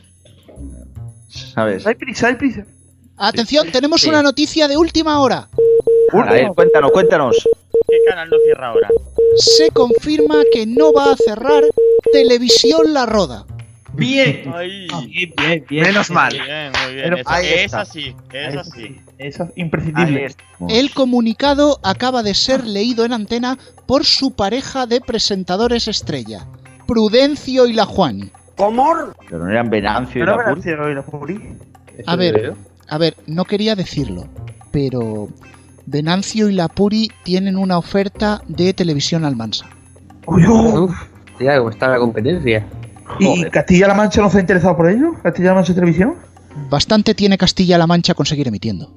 ¿Sabes? Hay prisa, hay prisa. Atención, tenemos Sí. una noticia de última hora. A ver, cuéntanos, cuéntanos. ¿Qué canal no cierra ahora? Se confirma que no va a cerrar Televisión La Roda. Bien. Ay, Bien, bien, bien. Menos mal. muy bien, muy bien. Pero Es, ahí es está. así, es así. Eso es imprescindible. El comunicado acaba de ser leído en antena por su pareja de presentadores estrella, Prudencio y la Juani. ¿Cómo? Pero no eran Venancio y ¿No la era Puri. Venancio y la Puri? A ver, a ver, no quería decirlo, pero Venancio y la Puri tienen una oferta de televisión Almansa. Uf, tía, ¿cómo está la competencia? ¿Y Castilla-La Mancha no se ha interesado por ello? ¿Castilla-La Mancha Televisión? Bastante tiene Castilla-La Mancha conseguir emitiendo.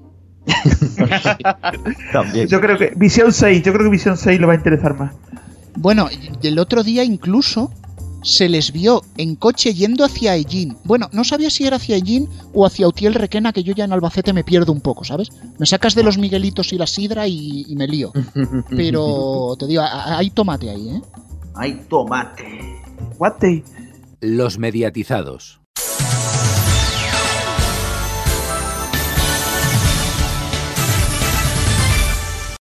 También. Yo creo que Visión seis, yo creo que Visión seis le va a interesar más. Bueno, el otro día incluso se les vio en coche yendo hacia Ellín. Bueno, no sabía si era hacia Ellín o hacia Utiel Requena, que yo ya en Albacete me pierdo un poco, ¿sabes? Me sacas de los Miguelitos y la sidra y, y me lío. Pero te digo, hay tomate ahí, ¿eh? Hay tomate. Guate. Los mediatizados.